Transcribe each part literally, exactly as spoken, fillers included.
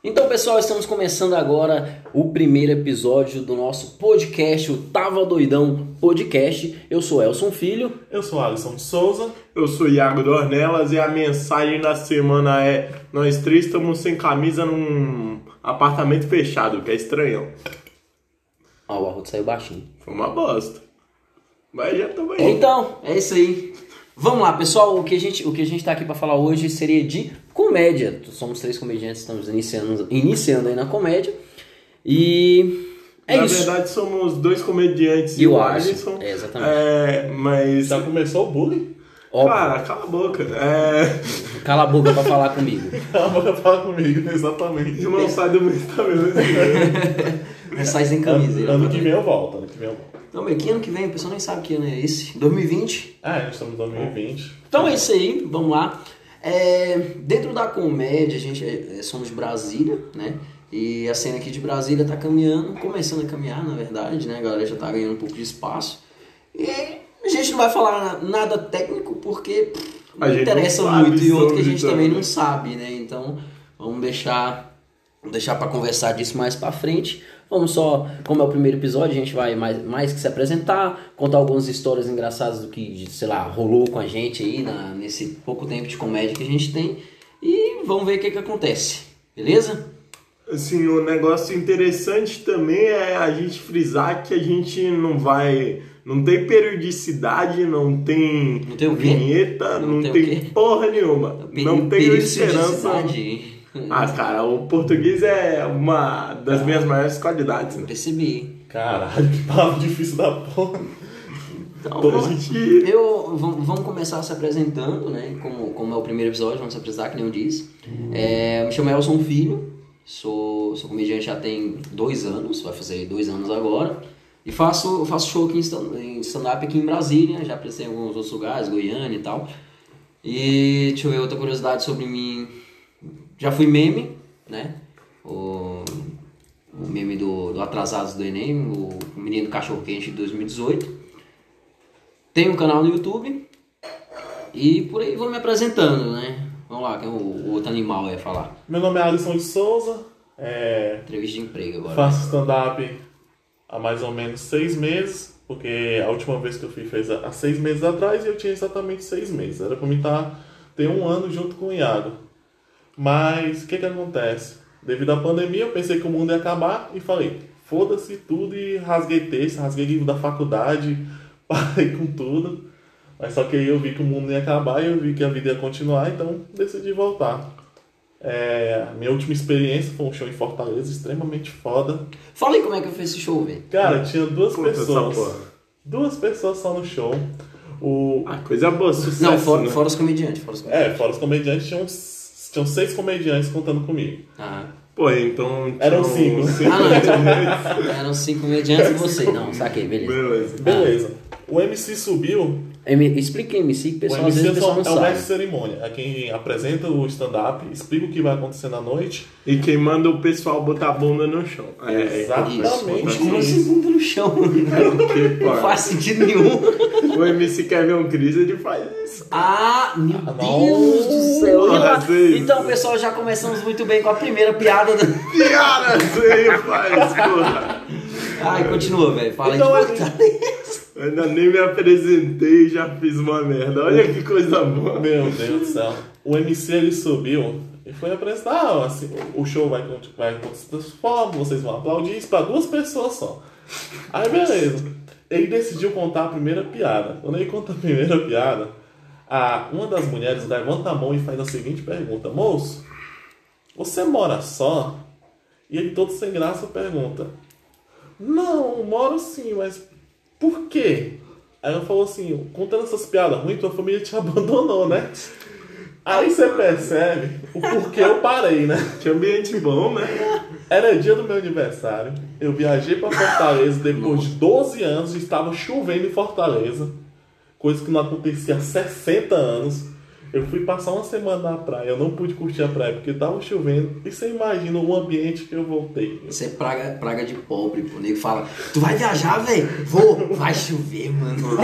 Então, pessoal, estamos começando agora o primeiro episódio do nosso podcast, o Tava Doidão Podcast. Eu sou Elson Filho. Eu sou Alisson de Souza. Eu sou Iago Dornelas e a mensagem da semana é: nós três estamos sem camisa num apartamento fechado, que é estranhão. Ó, o arroto saiu baixinho. Foi uma bosta. Mas já estamos aí. Então, é isso aí. Vamos lá, pessoal. O que a gente, o que a gente tá aqui para falar hoje seria de comédia. Somos três comediantes, estamos iniciando, iniciando aí na comédia. E é na isso. Na verdade, somos dois comediantes e, e o o Alisson. Alisson. É, exatamente. É, mas... Já começou o bullying? Óbvio. Cara, cala a boca. É... Cala a boca pra falar comigo. Cala a boca, fala comigo, exatamente. Não sai do meu cabelo. Não sai sem camisa. Ano, ano que vem eu volto, ano que vem eu volto. Não, mas que ano que vem? O pessoal nem sabe que ano é esse. dois mil e vinte. Ah, nós estamos em dois mil e vinte. Então é isso aí, vamos lá. É, dentro da comédia, a gente é, somos de Brasília, né? E a cena aqui de Brasília tá caminhando, começando a caminhar, na verdade, né? A galera já tá ganhando um pouco de espaço. E a gente não vai falar nada técnico, porque pff, não interessa muito, e outro que a gente também não sabe, né? Então vamos deixar, vamos deixar para conversar disso mais para frente. Vamos só, como é o primeiro episódio, a gente vai mais, mais que se apresentar, contar algumas histórias engraçadas do que, sei lá, rolou com a gente aí na, nesse pouco tempo de comédia que a gente tem. E vamos ver o que que acontece, beleza? Assim, o negócio interessante também é a gente frisar que a gente não vai... Não tem periodicidade, não tem, não tem vinheta, não, não tem, tem porra nenhuma. Peri- não tem esperança. Ah, Não. cara, o português é uma das ah, minhas maiores qualidades. Né? Percebi. Caralho, que palavra difícil da porra. Então, vamos, eu, vamos começar se apresentando, né? Como, como é o primeiro episódio, vamos se apresentar, que nem eu disse. É, eu me chamo Elson Filho, sou, sou comediante já tem dois anos, vai fazer dois anos agora. E faço, faço show aqui em stand-up aqui em Brasília, já apresentei em alguns outros lugares, Goiânia e tal. E deixa eu ver outra curiosidade sobre mim. Já fui meme, né? O, o meme do, do Atrasados do Enem, o Menino Cachorro Quente de dois mil e dezoito. Tenho um canal no YouTube e por aí vou me apresentando, né? Vamos lá, que é o, o outro animal ia falar. Meu nome é Alisson de Souza. É... Entrevista de emprego agora. Faço stand-up há mais ou menos seis meses, porque a última vez que eu fui fez há seis meses atrás e eu tinha exatamente seis meses. Era pra mim estar, ter um ano junto com o Iago. Mas o que que acontece? Devido à pandemia eu pensei que o mundo ia acabar e falei, foda-se tudo, e rasguei texto, rasguei livro da faculdade, parei com tudo. Mas só que aí eu vi que o mundo ia acabar e eu vi que a vida ia continuar, então decidi voltar. É, minha última experiência foi um show em Fortaleza, extremamente foda. Fala aí como é que eu fiz esse show, velho. Cara, tinha duas Puta pessoas. Duas pessoas só no show. O... Ah, coisa boa, sucesso. Não, fora, né? fora os comediantes. Fora os comediantes. É, fora os comediantes, tinham, tinham seis comediantes contando comigo. Ah. Pô, então... Eram cinco. Ah, não, então... eram cinco comediantes e você. Não, saquei, beleza. Beleza. Beleza. O M C subiu. M... Explica M C, que o O pessoal às M C vezes é, o pessoal só, não é o sabe. mestre de cerimônia. É quem apresenta o stand-up, explica o que vai acontecer na noite. E quem manda o pessoal botar a bunda no chão. É, Exatamente. Isso. Como assim bunda no chão? Porque, Não faz sentido nenhum. O M C Kevin Cris, ele faz isso. Ah, meu Ah, Deus do céu. Porra, sim. Então, pessoal, já começamos muito bem com a primeira piada. Do... Piada, você faz, porra. Ai, continua, velho. Fala Então, aí é- de Fortaleza. Eu ainda nem me apresentei e já fiz uma merda. Olha que coisa boa. Meu Deus do céu. O M C ele subiu e foi apresentar. Ah, assim, o show vai, vai acontecer dessa forma, vocês vão aplaudir isso para duas pessoas só. Aí beleza. Ele decidiu contar a primeira piada. Quando ele conta a primeira piada, a, uma das mulheres levanta a mão e faz a seguinte pergunta: moço, você mora só? E ele todo sem graça pergunta: não, moro sim, mas por quê? Aí ela falou assim: contando essas piadas ruins, tua família te abandonou, né? Aí você percebe o porquê eu parei, né? Tinha ambiente bom, né? Era dia do meu aniversário, eu viajei pra Fortaleza depois de doze anos e estava chovendo em Fortaleza, coisa que não acontecia há sessenta anos. Eu fui passar uma semana na praia, eu não pude curtir a praia porque tava chovendo. E você imagina o ambiente que eu voltei. Isso é praga, praga de pobre, pô. O nego fala, tu vai viajar, velho? Vou. Vai chover, mano.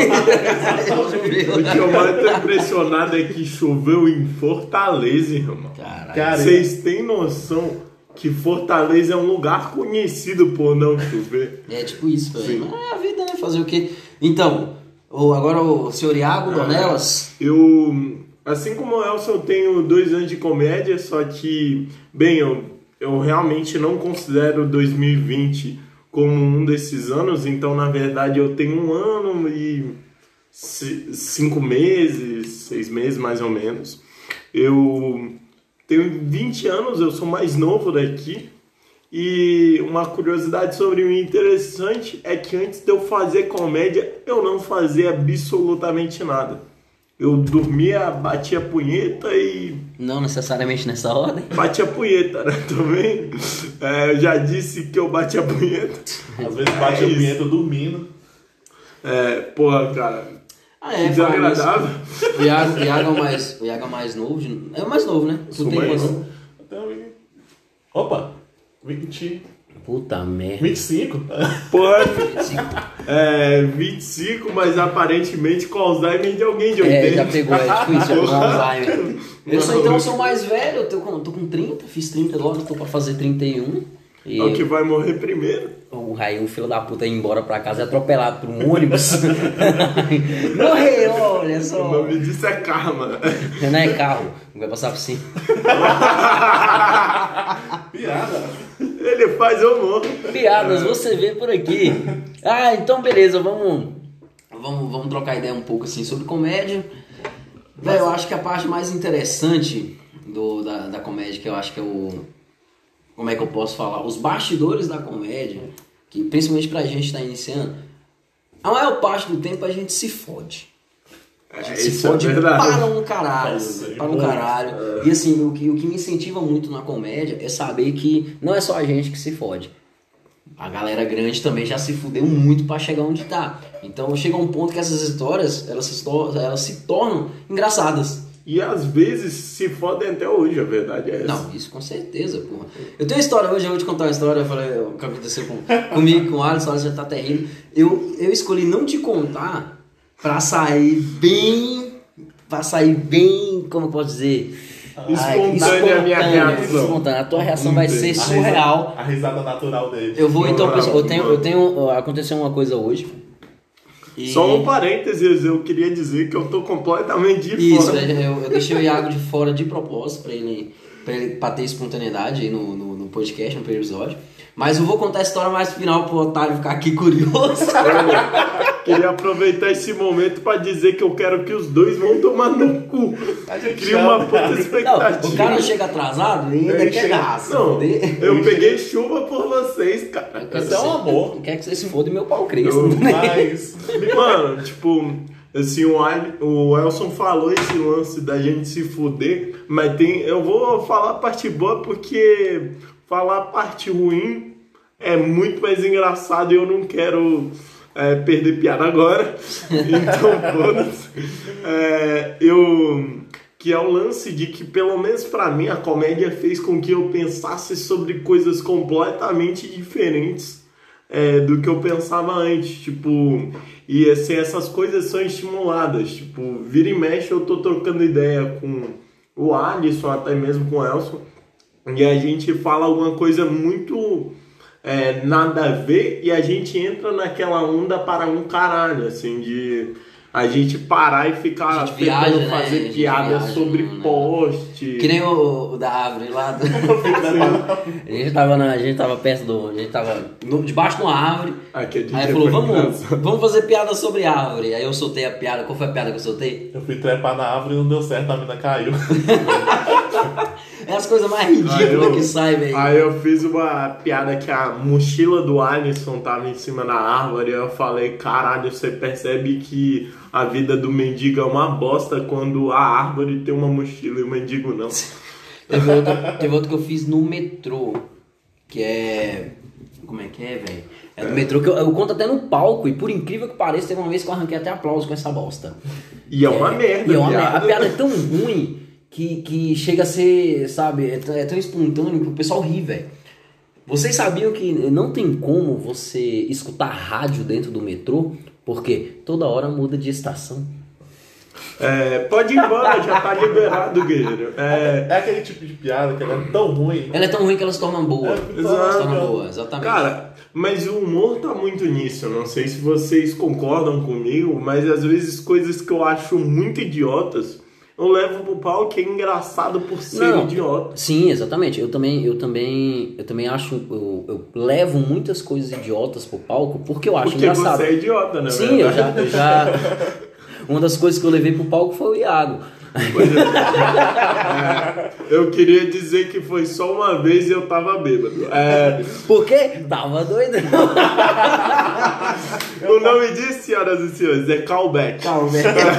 O que eu mais tô impressionado é que choveu em Fortaleza, irmão. Caralho. Cara, Vocês têm noção que Fortaleza é um lugar conhecido por não chover. É tipo isso, velho. É a vida, né? Fazer o quê? Então, o, agora o senhor Iago Dornelas. Eu, assim como o Elson, eu tenho dois anos de comédia, só que, bem, eu, eu realmente não considero dois mil e vinte como um desses anos, então, na verdade, eu tenho um ano e cinco meses, seis meses mais ou menos. Eu tenho vinte anos, eu sou mais novo daqui. E uma curiosidade sobre mim interessante é que antes de eu fazer comédia, eu não fazia absolutamente nada. Eu dormia, batia punheta e... Não necessariamente nessa ordem. Batia punheta, né? Também. É, eu já disse que eu batia punheta. Às vezes bate é a punheta dormindo. É, porra, cara. Ah, é, desagradável. O Iago, o, Iago é o, mais, o Iago é o mais novo. De... É o mais novo, né? Tu Sou tem mais quanto? novo. Opa, vinte. Puta merda. vinte e cinco? Porra, é, vinte e cinco, mas aparentemente com Alzheimer de alguém de oitenta. É, já pegou, é tipo isso, já pegou Alzheimer. Eu sou, então, eu sou mais velho, eu tô com, tô com trinta, fiz trinta agora, tô pra fazer trinta e um. E é o que vai morrer primeiro. O Raí, o filho da puta, ia embora pra casa, é atropelado por um ônibus. Morreu, olha só. O nome disso é karma. Não é carro, vai passar por cima. Piada. Ele faz eu morro. Piadas, você vê por aqui. Ah, então beleza, vamos, vamos, vamos trocar ideia um pouco assim sobre comédia. Véio, eu acho que a parte mais interessante do, da, da comédia, que eu acho que é o... Como é que eu posso falar? Os bastidores da comédia, que principalmente pra gente que tá iniciando, a maior parte do tempo a gente se fode. A gente É, se isso é fode verdade. para um caralho. Nossa, para um muito. caralho. E assim, o que, o que me incentiva muito na comédia é saber que não é só a gente que se fode. A galera grande também já se fudeu muito pra chegar onde tá. Então chega um ponto que essas histórias, elas se, tor- elas se tornam engraçadas. E às vezes se fodem até hoje, a verdade é essa. Não, isso com certeza, porra. Eu tenho uma história hoje, eu vou te contar uma história, eu falei, o que aconteceu com, comigo, com o Alisson, o Alisson já tá terrível. Eu, eu escolhi não te contar pra sair bem, pra sair bem, como eu posso dizer? Espontânea a minha reação. Espontânea. A tua reação vai ser surreal. A risada natural dele. Eu vou então, pessoal, eu tenho, eu tenho, aconteceu uma coisa hoje. E... Só um parênteses, eu queria dizer que eu tô completamente de Isso, fora. eu, eu deixei o Iago de fora de propósito pra ele, pra ele pra ter espontaneidade aí no, no, no podcast, no primeiro episódio. Mas eu vou contar a história mais final pro Otário ficar aqui curioso. Eu queria aproveitar esse momento pra dizer que eu quero que os dois vão tomar no cu. Cria uma puta expectativa. Não, o cara chega atrasado e ainda Ele quer chega- dar. se Não, fuder. eu peguei chuva por vocês, cara. Quer Isso é um amor. Quer que você se foda e meu pau cresça. Eu- Mas. Mano, tipo, assim, o, Ali- o Elson falou esse lance da gente se fuder, mas tem. Eu vou falar a parte boa porque falar a parte ruim é muito mais engraçado e eu não quero é, perder piada agora. Então, foda-se. É, eu. Que é o lance de que, pelo menos pra mim, a comédia fez com que eu pensasse sobre coisas completamente diferentes é, do que eu pensava antes. Tipo, e assim, essas coisas são estimuladas. Tipo, vira e mexe, eu tô trocando ideia com o Alisson, até mesmo com o Elson, e a gente fala alguma coisa muito é, nada a ver, e a gente entra naquela onda para um caralho, assim, de a gente parar e ficar A gente viaja, tentando né? fazer A gente piada viaja sobre no- poste. Que nem o, o da árvore lá. Do... a, gente tava na, a gente tava perto do. A gente tava no- debaixo de uma árvore. Aqui a gente Aí é falou, foi vamos, engraçado. vamos fazer piada sobre árvore. Aí eu soltei a piada. Qual foi a piada que eu soltei? Eu fui trepar na árvore e não deu certo, a mina caiu. É as coisas mais ridículas Aí eu- que saem, velho. Aí eu fiz uma piada que a mochila do Alisson tava em cima da árvore. E eu falei, caralho, você percebe que a vida do mendigo é uma bosta quando a árvore tem uma mochila e o mendigo não. Teve outro, teve outro que eu fiz no metrô. Que é. Como é que é, velho? É do metrô que eu, eu conto até no palco. E por incrível que pareça, teve uma vez que eu arranquei até aplauso com essa bosta. E é uma merda, E é uma piada. merda. A piada é tão ruim que, que chega a ser, sabe, é tão, é tão espontâneo que o pessoal ri, velho. Vocês sabiam que não tem como você escutar rádio dentro do metrô? Porque toda hora muda de estação. É, pode ir embora, já tá liberado, guerreiro. É, É aquele tipo de piada que ela é tão ruim. Ela é tão ruim que ela se torna boa. É, Ela se torna exato. boa, exatamente. cara, mas o humor tá muito nisso. Eu não sei se vocês concordam comigo, mas às vezes coisas que eu acho muito idiotas, eu levo pro pau que é engraçado por ser Não, idiota. Sim, exatamente. Eu também, eu também, eu também acho, eu, eu levo muitas coisas idiotas pro palco porque eu acho Porque engraçado. você é idiota, né? Sim, eu já, eu já. Uma das coisas que eu levei pro palco foi o Iago. É, eu queria dizer que foi só uma vez e eu tava bêbado. É, Por quê? Tava doido. o nome disso, senhoras e senhores, é callback. Calma,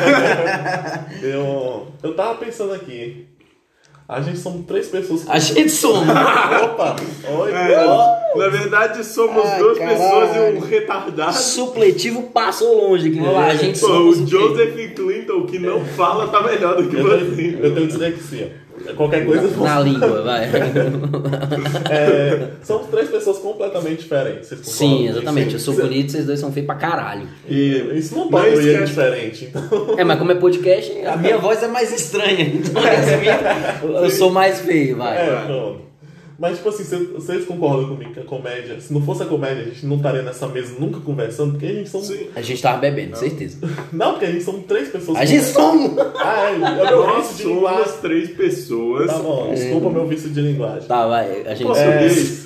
Eu, eu tava pensando aqui. A gente somos três pessoas. A gente soma. Opa! Oi, É, ó. na verdade, somos Ai, duas caralho. pessoas e um retardado. Supletivo passou longe aqui. Vamos lá, a gente Pô, somos o o quê? Joseph Clinton, que não fala, tá melhor do que Eu você. tenho, eu tenho dislexia. Qualquer coisa. Na língua, vai. É, somos três pessoas completamente diferentes. Vocês concordam Sim, comigo? exatamente. Eu sou Isso- bonito, vocês dois são feios pra caralho. E Isso não torna o Ian esquece- diferente. Então, É, mas como é podcast, a minha voz é mais estranha. Então, resumindo, eu sou mais feio, vai. é, pronto. Mas, tipo assim, vocês- vocês concordam comigo que a comédia, se não fosse a comédia, a gente não estaria nessa mesa nunca conversando, porque a gente são. Sim. A gente tava bebendo, certeza. Não, porque a gente são três pessoas. A gente somos! Ah, é, é meu Nós vício de linguagem. somos três pessoas. Tá bom, desculpa meu vício de linguagem. Tá, vai. A gente Português.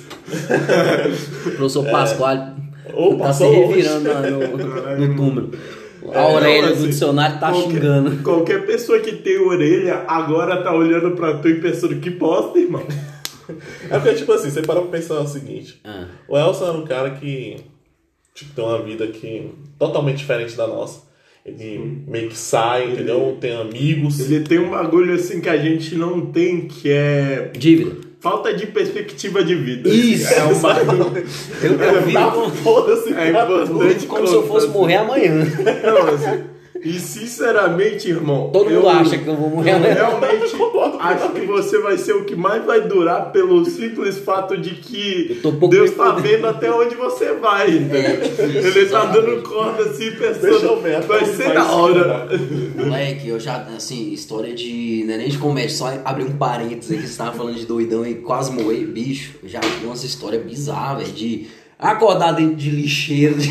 O professor Pascoal Ou tá se passou longe. revirando lá no, no túmulo. A É, orelha não, do assim, dicionário tá qualquer- xingando. Qualquer pessoa que tem orelha agora tá olhando pra tu e pensando que bosta, irmão. É porque, tipo assim, você para pra pensar o seguinte. Ah. O Elson era um cara que, tipo, tem uma vida que totalmente diferente da nossa. Ele meio que sai, entendeu? Tem amigos. Ele tem um bagulho assim que a gente não tem, que é Dívida. falta de perspectiva de vida. Isso. É um bagulho. Eu, eu vi Tá como, foda-se, É cara. importante. como se eu fosse morrer amanhã. Não, assim, e sinceramente, irmão, Todo mundo eu- acha que eu vou morrer eu amanhã. realmente acho que você vai ser o que mais vai durar pelo simples fato de que Eu tô um pouco Deus me tá fudendo. vendo até onde você vai, entendeu? É, tipo isso, Ele tá exatamente. dando corda assim, Deixa eu pensando, ver, até vai onde ser vai da ser, hora. Moleque, eu já, assim, história de. Não é nem de comédia, só abrir um parênteses aqui, você tava falando de doidão e quase morrer, bicho. Eu já vi umas histórias bizarras, velho, de acordar dentro de lixeira. De...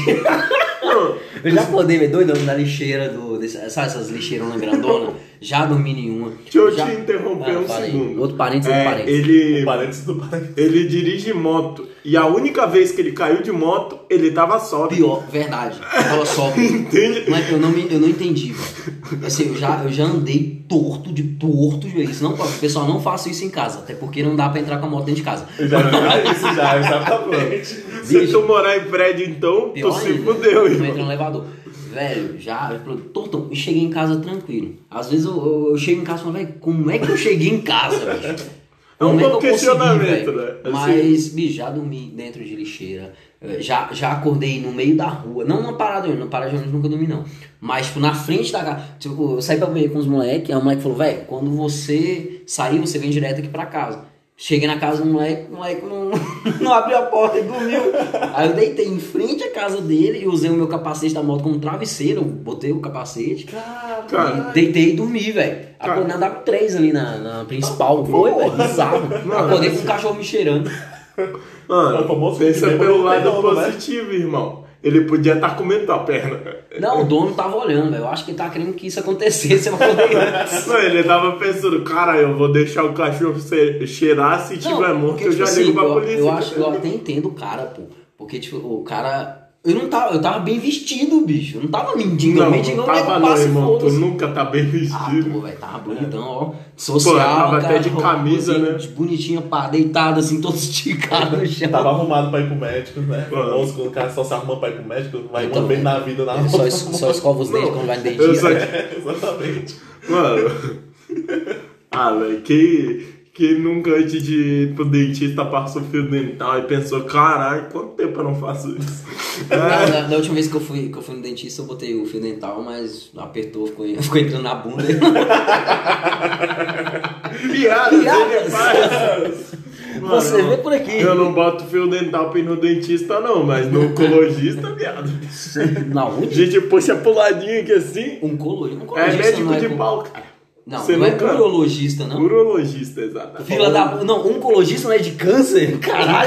Eu já acordei, velho, doidão na lixeira do. Desse, sabe essas lixeironas grandonas? Já dormi nenhuma. Deixa eu já... te interromper Ah, um fala aí. segundo. Outro parênteses, É, outro parênteses. ele, O parênteses do parênteses. ele dirige moto e a única vez que ele caiu de moto, ele tava sóbrio. Pior, verdade. Eu tava sóbrio. Entende? Mas eu não, me, eu não entendi, velho. Assim, eu já, eu já andei torto de torto, isso não pode. Pessoal, não faça isso em casa, até porque não dá pra entrar com a moto dentro de casa. Já, já, isso já, exatamente. Se Bicho. tu morar em prédio, então, Pior tu se ainda, fudeu, não irmão. entra no elevador. Velho, já, eu falei, tortão, e cheguei em casa tranquilo. Às vezes eu, eu, eu chego em casa e falo, velho, como é que eu cheguei em casa, bicho? É um Como é que bom eu consegui, questionamento, velho? né? Assim. Mas, bicho, já dormi dentro de lixeira, eh, já, já acordei no meio da rua, não na parada de ônibus, na parada de ônibus nunca dormi não, mas tipo, na frente da casa, tipo, eu saí pra beber com os moleques, aí o moleque falou, velho, quando você sair, você vem direto aqui pra casa. Cheguei na casa do moleque, o moleque não, não abriu a porta e dormiu. Aí eu deitei em frente à casa dele e usei o meu capacete da moto como travesseiro, eu botei o capacete, Cara, deitei e dormi, velho. Acordei andava três ali na, na principal, foi, velho, bizarro. Acordei com um cachorro me cheirando. É o mano, famoso pensa que pelo não tem lado dono, né? positivo, irmão. Ele podia estar comendo tua perna. Não, o dono tava olhando, velho. Eu acho que ele tava querendo que isso acontecesse pra poder antes. Não, ele tava pensando, cara, eu vou deixar o cachorro se- cheirar, se tiver morto, porque, eu tipo já assim, ligo pra eu, polícia. eu acho, eu até entendo o cara, pô. Porque, tipo, o cara. Eu não tava, eu tava bem vestido, bicho. Eu não tava mendigão, Não, mendigão não nego tava não, passa e irmão. Tu foda-se. nunca tá bem Ah, vestido. pô, velho, tava bonitão, ó. Social, tava cara, até de camisa, roupazinha né? de bonitinha, pá, deitado assim, todo esticado no chão. Tava arrumado pra ir pro médico, né? Mano. Famoso, quando o cara só se arruma pra ir pro médico, vai Então, uma vez na vida na Ele só, es- só escova os dentes Não, quando vai no eu só- dentista. Exatamente. Mano. Ah, velho, quem, quem nunca antes de ir pro dentista passou fio dental e pensou, caralho, quanto tempo eu não faço isso? Não, É, da, da última vez que eu, fui, que eu fui no dentista, eu botei o fio dental, mas apertou, ficou, ficou entrando na bunda. piadas, ele Piadas. faz. Você vê por aqui. Eu não boto fio dental pra ir no dentista, não, mas no oncologista, viado. Na onde? A gente puxa pro ladinho aqui assim. Um colorista? Um É colorista médico não é de com- pau, cara. Não, Você não é nunca- urologista, não? Urologista, exatamente. Fila da... Não, oncologista não é de câncer? Caralho.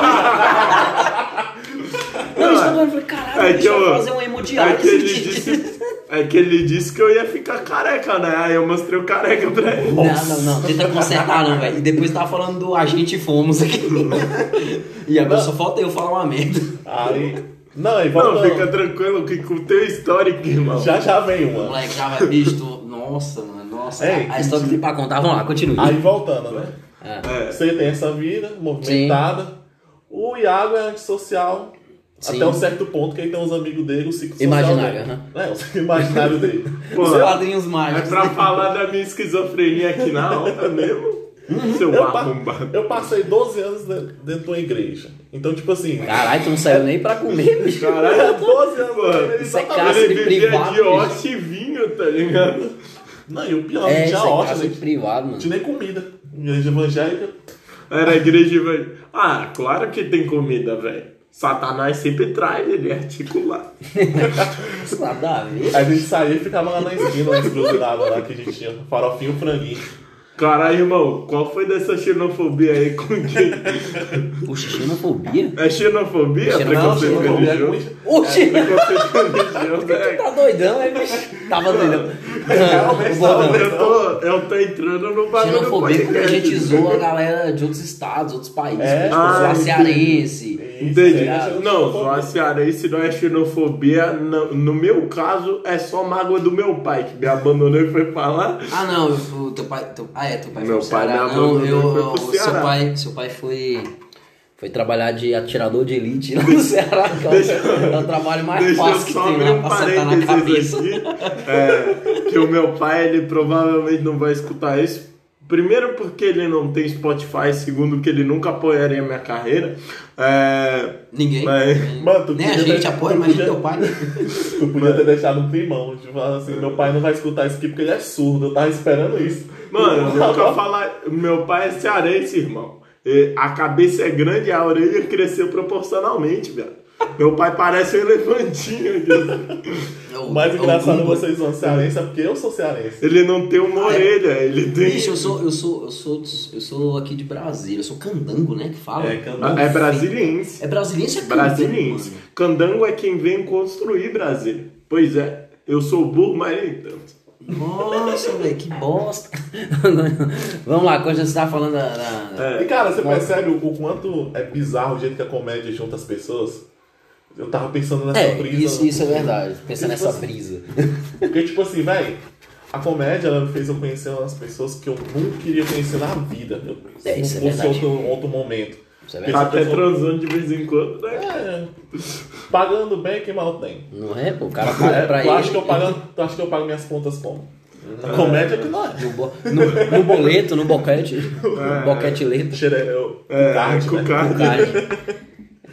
Não, isso eu falei, caralho, É deixa que eu eu- fazer um hemodiálise. É que ele disse, é que ele disse que eu ia ficar careca, né? Aí eu mostrei o careca pra ele. Não, não, não, tenta consertar não, velho. E depois tava falando do agente fomos aqui. E agora só falta eu falar uma merda. Aí. Não, e Não, volta. fica tranquilo que com o teu histórico, irmão. Já já vem uma. Moleque, já vai, bicho, tô... Nossa, mano, nossa. Ei, a história que tem pra contar, vamos lá, continue. Aí voltando, né? É. Você tem essa vida movimentada. O Iago é antissocial. Sim. Até um certo ponto que ele tem uns amigos dele, o ciclo social Imaginário, dele. aham. É, o imaginário dele. Pô, Os quadrinhos é mágicos. pra falar da minha esquizofrenia aqui na onda mesmo? Seu Eu, pa- arrombado. eu passei doze anos de- dentro de uma igreja. Então, tipo assim. Caralho, tu não saiu nem pra comer, bicho. Caralho, doze anos. mano. Isso é exatamente. cárcere Ele vivia privado, de bicho. hoste e vinho, tá ligado? Não, e o pior, É, não isso tinha é horta, casa né? privado, Não mano. tinha nem comida. Igreja evangélica. Era a igreja evangélica. Ah, claro que tem comida, velho. Satanás sempre traz, ele é articulado. Isso nada a ver. Aí a gente saía e ficava lá na esquina, na encruzilhada lá que a gente tinha. Farofinho, franguinho. Caralho, irmão, qual foi dessa xenofobia aí com quem? Puxa, xenofobia? É xenofobia? Xeno- Preconceito Não, xenofobia é com religioso? Oxi! Preconceito religioso, Tu é. tá doidão, é, bicho? Tava doidão. Realmente, Bom, tava Eu tô, eu tô entrando no bagulho do xenofobia porque a podcast. gente zoa a galera de outros estados, outros países. É, tipo, ah, zoar entendi. cearense. Entendi. Isso, Não, zoar cearense não é xenofobia. No, no meu caso, é só mágoa do meu pai, que me abandonou e foi pra lá. Ah, não, o teu pai. Teu, ah, é, teu pai Meu foi pro pai Ceará. me Não, abandonou eu, e foi eu, pro seu Ceará. pai, seu pai foi. Foi trabalhar de atirador de elite lá no Ceará, que é o- Deixa- é o trabalho mais Deixa eu fácil que só tem abrir lá um pra acertar na parênteses cabeça. aqui. É, que o meu pai, ele provavelmente não vai escutar isso. Primeiro porque ele não tem Spotify, segundo que ele nunca apoiaria a minha carreira. É, Ninguém. Mas- Mano, tu Nem a podia gente ter- apoia, tu imagina podia- teu pai. Tu podia ter deixado um climão. Tipo, falar assim, meu pai não vai escutar isso aqui porque ele é surdo. Eu tava esperando isso. Mano, eu nunca falar. Meu pai é cearense, irmão. E a cabeça é grande e a orelha cresceu proporcionalmente, velho. Meu pai parece um elefantinho aqui. O mais engraçado Gumbo. vocês são cearense é porque eu sou cearense. Ele não tem uma Ah, é? orelha, ele tem. Bicho, eu sou, eu sou, eu sou, eu sou aqui de Brasília, eu sou candango, né, que fala. É, candango. É brasiliense. É brasiliense ou é candango, Brasiliense. mano? Candango é quem vem construir Brasília. Pois é, eu sou burro, mas nem tanto. Nossa, velho, que bosta. Vamos lá, quando você tava falando da... da- E cara, você percebe o, o quanto é bizarro o jeito que a comédia junta as pessoas? Eu tava pensando nessa É, brisa. isso, isso é verdade, pensando Tipo nessa assim, brisa. Porque, tipo assim, velho, a comédia ela me fez eu conhecer umas pessoas que eu nunca queria conhecer na vida. Eu, É, se isso é não fosse verdade. outro, outro momento. Isso é Porque verdade. Até essa pessoa- transando de vez em quando, né? É, pagando bem, que mal tem. Não é, pô, o cara paga É, pra tu, ele. acha que eu pago, tu acha que eu pago minhas contas como? Na comédia que não é. No, bo- no, no boleto, no boquete. No boquete letra. Cheira, eu, É, card, com né? card. Card.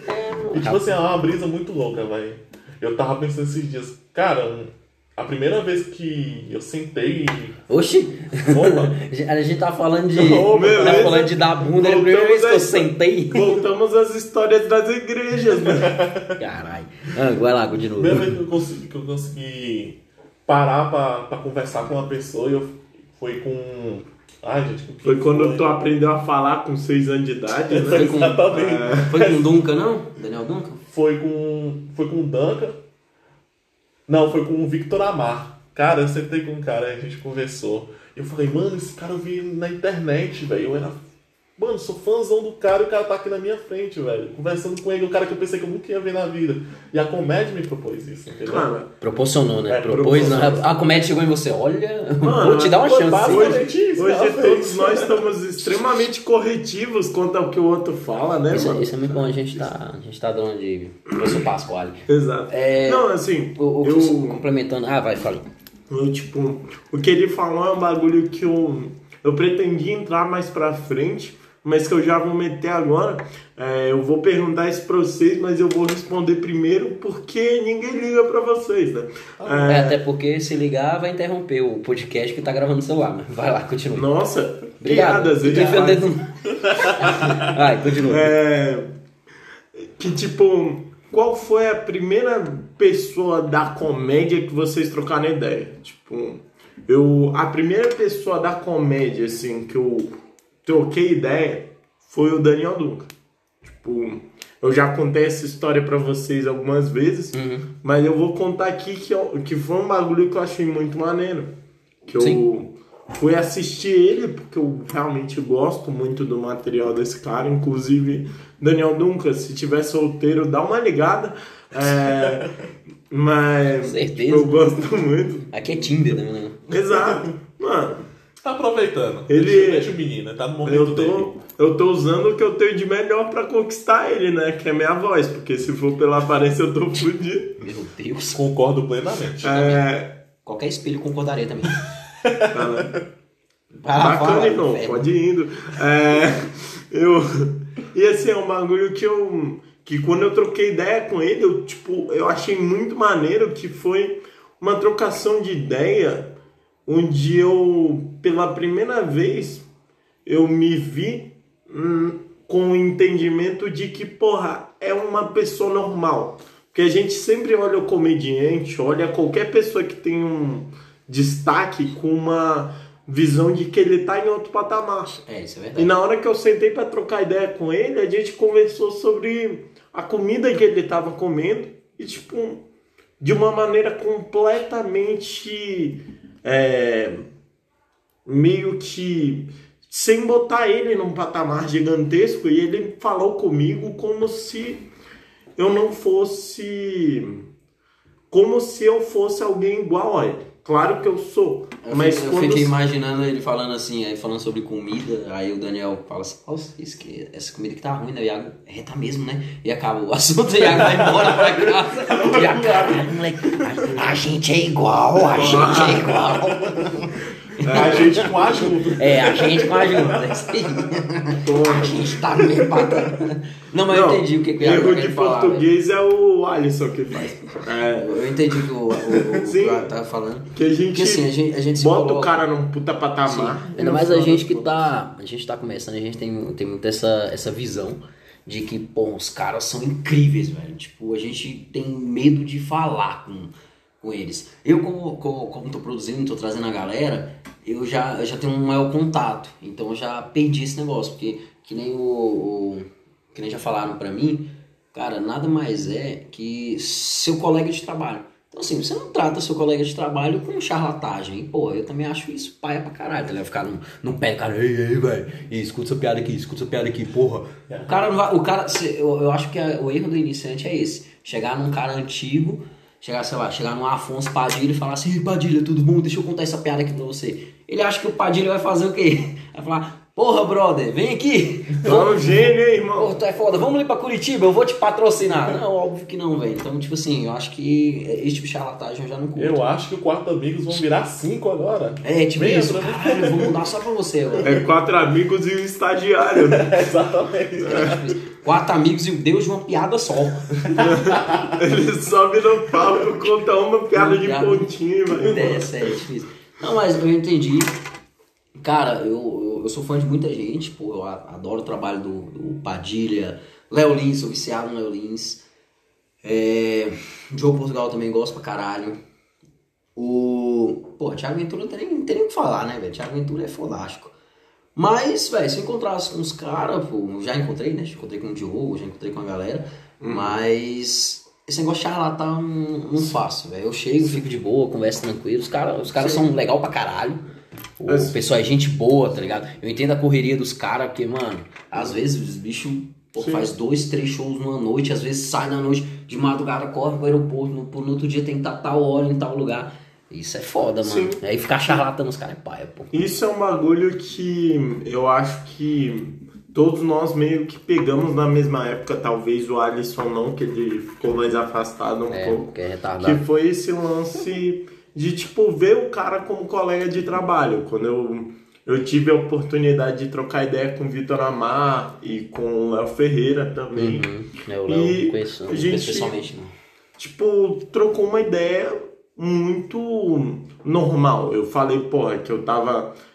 E tipo assim, é uma brisa muito louca, velho. Eu tava pensando esses dias, cara, a primeira vez que eu sentei e. Oxi! Opa! A gente tá falando de. Ô, tá beleza. falando de dar bunda, é a primeira vez Voltamos que eu a- sentei. Voltamos às histórias das igrejas, né? Caralho. Ah, vai lá, continua. A primeira vez que eu consegui, que eu consegui parar pra, pra conversar com uma pessoa, eu foi com. Ai, gente, com quem Foi quando tu aprendeu a falar com seis anos de idade, né? Foi com, Exatamente. foi com o Duncan, não? Daniel Duncan? Foi com. Foi com o Duncan. Não, foi com o Victor Amar. Cara, eu sentei com um cara, a gente conversou. Eu falei, mano, esse cara eu vi na internet, velho. Eu era. Mano, sou fãzão do cara e o cara tá aqui na minha frente, velho. Conversando com ele, um cara que eu pensei que eu nunca ia ver na vida. E a comédia me propôs isso, entendeu? Cara, Proporcionou, né? É, Propôs. proporcionou. não- A comédia chegou em você. Olha, Mano, vou te dar uma foi chance. basicamente isso, hoje ela todos fez. nós estamos extremamente corretivos quanto ao que o outro fala, né, Isso, mano? isso é muito bom, a gente tá, a gente tá dando de professor Pasquale. Exato. É, Não, assim, O, o, eu, complementando. Ah, vai, fala. eu, tipo, o que ele falou é um bagulho que eu, eu pretendi entrar mais pra frente, mas que eu já vou meter agora. É, eu vou perguntar isso pra vocês, mas eu vou responder primeiro porque ninguém liga pra vocês, né? É, até porque se ligar vai interromper o podcast que tá gravando no celular. Mas vai lá, continua. Nossa, Obrigado. piadas. Eu tô enfiando dedo no... Vai, continua. É, que tipo, qual foi a primeira pessoa da comédia que vocês trocaram ideia? Tipo, eu, a primeira pessoa da comédia, assim, que eu troquei ideia foi o Daniel Duncan. Tipo, eu já contei essa história pra vocês algumas vezes, uhum. mas eu vou contar aqui que, eu, que foi um bagulho que eu achei muito maneiro. Que Sim. eu fui assistir ele, porque eu realmente gosto muito do material desse cara. Inclusive, Daniel Duncan, se tiver solteiro, dá uma ligada. É, mas certeza. Eu gosto muito. Aqui é Tinder, né? Exato. Mano, tá aproveitando. Ele, deixa, deixa o menino, tá no momento eu tô, dele. Eu tô usando o que eu tenho de melhor pra conquistar ele, né? Que é minha voz. Porque se for pela aparência, eu tô fudido. Meu Deus. Concordo plenamente. É... Qualquer espelho concordaria também. Tá, né? Bacana, irmão. Pode ir indo. É... Eu... E assim, é um bagulho que eu... Que quando eu troquei ideia com ele, eu, tipo, eu achei muito maneiro, que foi uma trocação de ideia onde eu, pela primeira vez, eu me vi hum, com o entendimento de que, porra, é uma pessoa normal. Porque a gente sempre olha o comediante, olha qualquer pessoa que tem um destaque com uma visão de que ele tá em outro patamar. É, isso é verdade. E na hora que eu sentei para trocar ideia com ele, a gente conversou sobre a comida que ele tava comendo e, tipo, de uma maneira completamente é, meio que sem botar ele num patamar gigantesco, e ele falou comigo como se eu não fosse, como se eu fosse alguém igual a ele. Claro que eu sou. Eu, mas eu quando... fiquei imaginando ele falando assim, aí falando sobre comida, aí o Daniel fala assim, nossa, isso que, essa comida que tá ruim, né? O Iago, é, tá mesmo, né? E acaba o assunto, o Iago vai embora pra casa. E a cara, moleque, a, a gente é igual, a gente é igual. É, a gente com a ajuda. É, a gente com a ajuda. É isso aí. A gente tá no mesmo patamar. Não, mas Não, eu entendi o que, que o Iago erro de falar, português velho. É o Alisson que faz. É, eu entendi o que o, o, o, Sim, o Iago tava falando. Que a gente, Porque, assim, a gente, a gente bota coloca... o cara num puta patamar. Ainda mais a gente que tá, a gente tá começando, a gente tem, tem muito essa, essa visão de que, pô, os caras são incríveis, velho. Tipo, a gente tem medo de falar com, com eles. Eu, como, como, como tô produzindo, tô trazendo a galera, eu já, eu já tenho um maior contato. Então eu já perdi esse negócio, porque que nem o, o que nem já falaram pra mim, cara, nada mais é que seu colega de trabalho. Então assim, você não trata seu colega de trabalho com charlatagem. E, pô, eu também acho isso paia pra caralho, tá ligado? Ficar no, no pé do cara, ei, ei, velho, escuta essa piada aqui, escuta essa piada aqui, porra. O cara não vai, o cara, eu, eu acho que a, o erro do iniciante é esse, chegar num cara antigo, chegar, sei lá, chegar num Afonso Padilha e falar assim, ei, Padilha, tudo bom? Deixa eu contar essa piada aqui pra você. Ele acha que o Padilha vai fazer o quê? Vai falar, porra, brother, vem aqui. Tu é um gênio, hein, irmão? Porra, tu é foda, vamos ali pra Curitiba, eu vou te patrocinar. Não, óbvio que não, velho. Então, tipo assim, eu acho que esse tipo de charlatagem eu já não curto. Eu acho que o Quatro Amigos vão virar cinco agora. É, tipo Vem, isso, Bruno. caralho, eu vou mudar só pra você agora. É quatro amigos e um estagiário, né? Exatamente. É, tipo isso. Quatro amigos e o Deus de uma piada só. Ele sobe no palco, conta uma piada de Piada. pontinho, velho. É, sério, tipo isso. Não, mas eu entendi. Cara, eu, eu, eu sou fã de muita gente, pô, eu a- adoro o trabalho do, do Padilha, Léo Lins, sou viciado no Léo Lins. É, Diogo Portugal também gosto pra caralho. O. Pô, Thiago Ventura não tem nem, não tem nem o que falar, né, velho? Thiago Ventura é fodástico. Mas, velho, se eu encontrasse com uns caras, pô, já encontrei, né? Já encontrei com o Diogo, já encontrei com a galera. Mas esse negócio de charlatão não, não faço, velho. Eu chego, fico de boa, converso tranquilo. Os caras os caras são legal pra caralho. O Mas- pessoal é gente boa, tá ligado? Eu entendo a correria dos caras, porque, mano, às vezes os bichos pô, faz dois, três shows numa noite, às vezes sai na noite, de madrugada, corre pro aeroporto, no, no outro dia tem que estar tal hora em tal lugar. Isso é foda, mano. Sim. Aí ficar charlatando os caras é paia, pô. Isso é um bagulho que eu acho que todos nós meio que pegamos na mesma época, talvez o Alisson não, que ele ficou mais afastado um É, pouco. que é retardado. Que foi esse lance de, tipo, ver o cara como colega de trabalho. Quando eu, eu tive a oportunidade de trocar ideia com o Vitor Amar e com o Léo Ferreira também. Uhum. É, o Léo E não conheço, não a conheço gente- pessoalmente, não. Tipo, trocou uma ideia muito normal. Eu falei, porra, que eu tava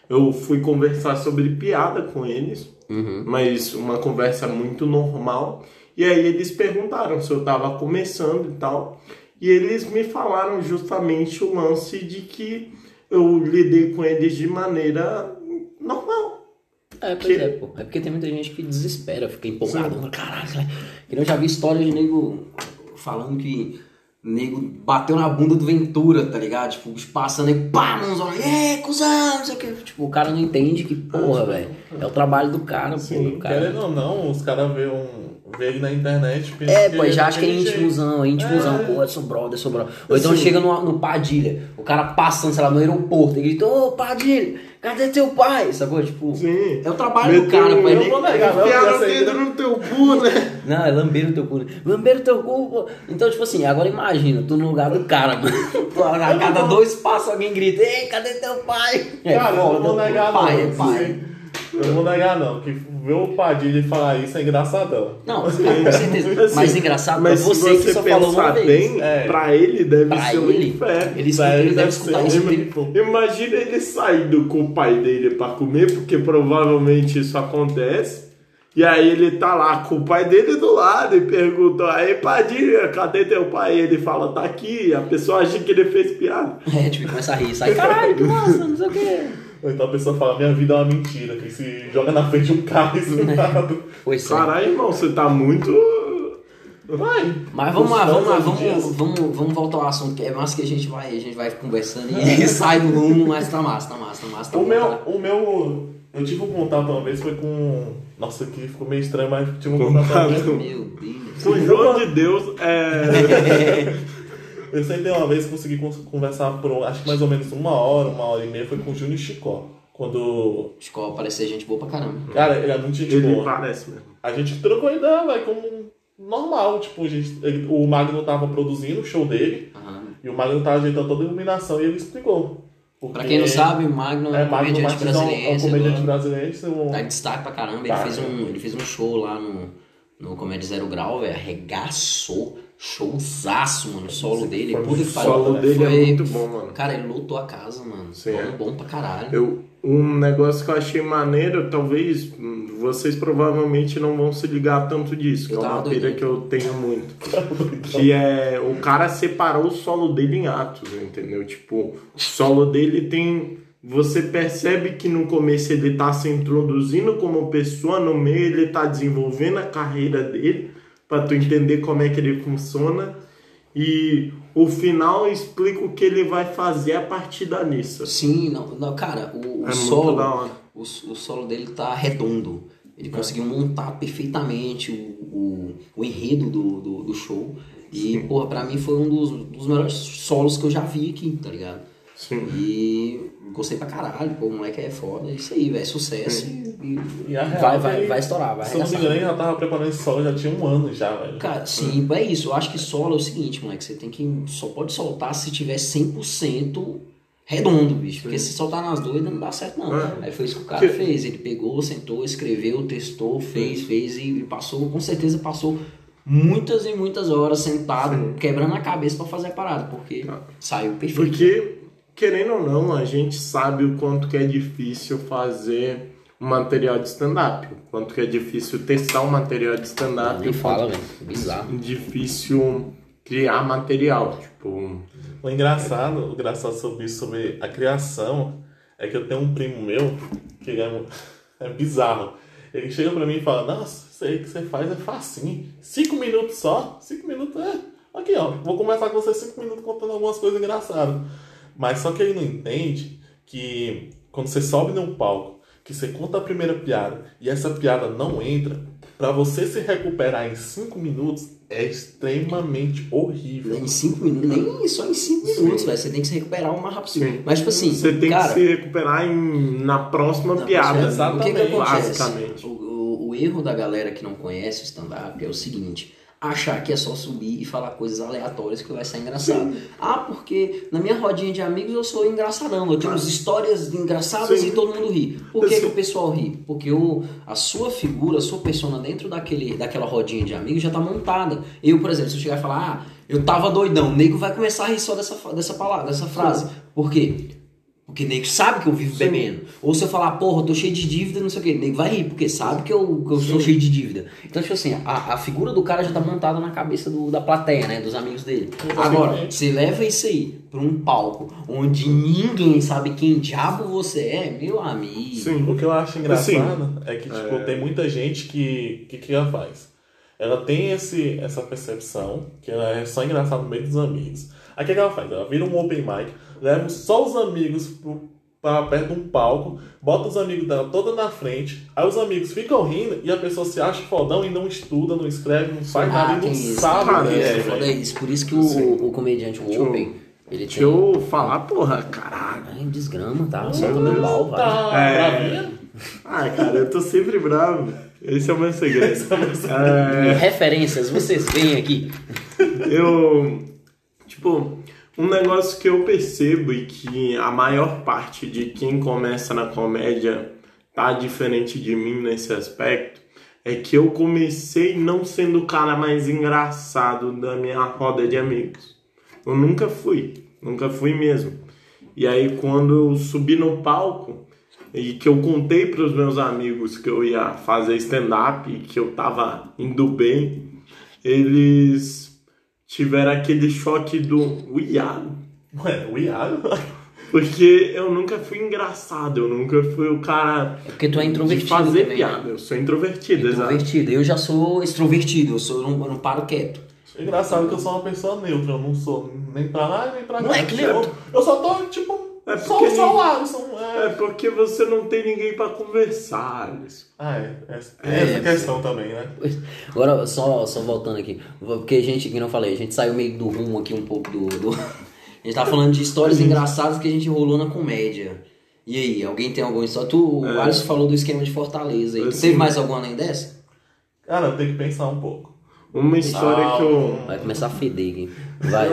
eu fui conversar sobre piada com eles, Uhum. mas uma conversa muito normal. E aí eles perguntaram se eu estava começando e tal. E eles me falaram justamente o lance de que eu lidei com eles de maneira normal. É, pois Que- é, pô. É porque tem muita gente que desespera, fica empolgado. Fala, Caraca, né? Eu já vi história de nego falando que nego bateu na bunda do Ventura, tá ligado? Tipo, os passando e pá, uns olhos, é, cuzão, não sei o que. Tipo, o cara não entende que, porra, velho, é o trabalho do cara, Sim, pô. O cara... Querendo ou não, os caras veem um, vê ele na internet. pensam É, que pô, ele já acha que é daquele jeito. íntimozão, é íntimozão, É. pô, eu sou brother, eu sou brother. Ou então Sim. chega no, no Padilha, o cara passando, sei lá, no aeroporto, e grita, ô Padilha, cadê teu pai? Sacou? Tipo, Sim. é o trabalho do Meteu- cara, pô. eu Ele... vou negar, não, Enfiaram o essa aí- dedo no teu cu, né? Não, é lamber o teu cu, né? Lamber o teu cu, pô. Então, tipo assim, agora imagina, tu no lugar do cara, mano. Pô, a cada dois passos alguém grita, ei, cadê teu pai? É, Cara, eu não foda, vou pô. negar pai, não. é pai. Sim. Eu não vou negar não, que ver o Padilha falar isso é engraçadão. Não, com certeza. Assim, Mas engraçado, mas pra se você, você que só falou uma pensar vez. bem, É. pra ele deve Pra ser um ele, inferno. ele, escuta, Pra ele ele deve deve escutar ser isso um- dele. Imagina ele saindo com o pai dele pra comer, porque provavelmente isso acontece. E aí ele tá lá com o pai dele do lado e pergunta, aí Padilha, cadê teu pai? E ele fala, tá aqui. A pessoa acha que ele fez piada. É, tipo, começa a rir, sai, caralho, que massa, não sei o quê. Ou então a pessoa fala, minha vida é uma mentira, que se joga na frente de um carro e sentado. Pois é. Caralho, irmão, você tá muito... Vai. Mas vamos lá, vamos lá, Todos os dias. vamos, vamos, vamos voltar ao assunto, que é massa que a gente vai, a gente vai conversando e sai do rumo, mas tá massa, tá massa, tá massa. Tá O bom, meu, tá? o meu, eu tive um contato uma vez, foi com... Nossa, aqui ficou meio estranho, mas tive um contato uma vez. Contato. Meu Deus. O João de Deus é... Eu sentei uma vez e consegui cons- conversar por, acho que mais ou menos uma hora, uma hora e meia, foi com o Júnior Chicó. Quando... Escola parece ser gente boa pra caramba. Cara, ele é muito gente Ele boa. parece mesmo. A gente trocou ideia, velho, como normal. Tipo, a gente, ele- o Magno tava produzindo o show dele Aham. e o Magno tava ajeitando toda a iluminação e ele explicou. Porque Pra quem não sabe, o Magno é é um Magno comediante Martins é um- é um brasileiro. comediante brasileiro. um- Tá em destaque pra caramba. Ele, Tá, fez né? um, ele fez um show lá no, no Comédia Zero Grau, velho. Arregaçou. Showzaço, mano. O solo dele. Foi Puta muito que O pariu. solo né? dele Foi- é muito bom, mano. Cara, ele lotou a casa, mano. Sim, Bom, é. bom pra caralho. Eu, um negócio que eu achei maneiro, talvez hum, vocês provavelmente não vão se ligar tanto disso, que Eu é uma tava pira doidinho. que eu tenho muito. Que é, o cara separou o solo dele em atos, entendeu? Tipo, o solo dele tem... Você percebe que no começo ele tá se introduzindo como pessoa, no meio ele tá desenvolvendo a carreira dele, pra tu entender como é que ele funciona. E o final explica o que ele vai fazer a partir da missa. Sim, não, não cara, o, o É muito solo, da hora. o, o solo dele tá redondo. Ele conseguiu montar perfeitamente o, o, o enredo do, do, do show. E, porra, pra mim foi um dos, dos melhores solos que eu já vi aqui, tá ligado? Sim. E gostei pra caralho, pô, o moleque é foda, é isso aí, velho, sucesso e, E a real vai, é que vai, ele- vai estourar, vai Se eu não me engano, ele arregaçar. já tava preparando esse solo, já tinha um ano já, velho. Cara, sim, é isso, eu acho que solo é o seguinte, moleque, você tem que, só pode soltar se tiver cem por cento redondo, bicho, porque se soltar nas doidas não dá certo não. É. Aí foi isso que o cara Que- fez, ele pegou, sentou, escreveu, testou, fez, fez e passou, com certeza passou muitas e muitas horas sentado, Sim. quebrando a cabeça pra fazer a parada, porque Ah. saiu perfeito. Porque, querendo ou não, a gente sabe o quanto que é difícil fazer um material de stand-up. O quanto que é difícil testar um material de stand-up. Nem o fala, quanto velho, bizarro. é difícil criar material. Tipo, O engraçado, o engraçado sobre isso, sobre a criação, é que eu tenho um primo meu, que ele é, um- é bizarro. Ele chega pra mim e fala, nossa, isso aí que você faz é facinho. Cinco minutos só? Cinco minutos é... Aqui, ó, vou conversar com você cinco minutos contando algumas coisas engraçadas. Mas só que ele não entende que quando você sobe num palco, que você conta a primeira piada e essa piada não entra, pra você se recuperar em cinco minutos é extremamente horrível. Em cinco minutos, nem só em cinco minutos, velho. Você tem que se recuperar o mais rápido possível. Sim. Mas, tipo assim, você tem cara, que se recuperar em, na próxima não, piada. mas, o que que Exatamente, acontece? basicamente. O, o, o erro da galera que não conhece o stand-up é o seguinte: achar que é só subir e falar coisas aleatórias que vai ser engraçado. Ah, porque na minha rodinha de amigos eu sou engraçadão, eu tenho histórias engraçadas Sim. e todo mundo ri. Por que, Sim. que o pessoal ri? Porque o, a sua figura, a sua persona dentro daquele, daquela rodinha de amigos já tá montada. Eu, por exemplo, se eu chegar e falar, ah, eu tava doidão, o nego vai começar a rir só dessa, dessa palavra, dessa frase. Por quê? Porque nego sabe que eu vivo Sim. bebendo. Ou se eu falar, porra, eu tô cheio de dívida, não sei o quê, nego vai rir, porque sabe que eu, que eu sou cheio de dívida. Então, tipo assim, a, a figura do cara já tá montada na cabeça do, da plateia, né? Dos amigos dele. Agora, você leva isso aí pra um palco onde ninguém sabe quem diabo você é, meu amigo. Sim. O que eu acho engraçado Sim. é que, tipo, É. tem muita gente que, que, que ela faz? Ela tem esse, essa percepção que ela é só engraçada no meio dos amigos. Aí o que, que ela faz? Ela vira um open mic, leva só os amigos pro, pra perto de um palco, bota os amigos dela toda na frente, aí os amigos ficam rindo e a pessoa se acha fodão e não estuda, não escreve, não faz nada e não tem isso. sabe Ah, o que tem é, É, foda velho. isso. Por isso que o, o comediante, o Deixa eu- Open, ele Deixa tem... eu falar, porra, caralho. Ai, desgrama, tá? Solta meu pau, vai. Tá É. bravinha? Ah, cara, eu tô sempre bravo. Esse é o meu segredo. É, Referências, vocês veem aqui. eu. Tipo, um negócio que eu percebo e que a maior parte de quem começa na comédia tá diferente de mim nesse aspecto é que eu comecei não sendo o cara mais engraçado da minha roda de amigos. Eu nunca fui, nunca fui mesmo. E aí quando eu subi no palco e que eu contei para os meus amigos que eu ia fazer stand-up e que eu tava indo bem, eles tiveram aquele choque do Iago. Ué, o Iago? Porque eu nunca fui engraçado, eu nunca fui o cara É porque tu é de introvertido fazer também, piada. né? Eu sou introvertido, exato. Introvertido. Eu já sou extrovertido, eu, sou, eu, não, eu não paro quieto. Engraçado que eu sou uma pessoa neutra, eu não sou nem pra lá nem pra cá. Moleque eu, neutro. eu só tô, tipo, É só, porque só nem- o Alisson. É... É porque você não tem ninguém pra conversar, Alisson. Ah, é. Essa, É, essa questão também, né? Agora, só, só voltando aqui, porque a gente, que não falei, a gente saiu meio do rumo aqui um pouco do... do... A gente tava falando de histórias engraçadas que a gente rolou na comédia. E aí, alguém tem alguma história? Tu, o É. Alisson falou do esquema de Fortaleza aí. Tu Assim, teve mais alguma além dessa? Cara, eu tenho que pensar um pouco. Uma história Ah, que eu... Vai começar a feder aqui. Vai.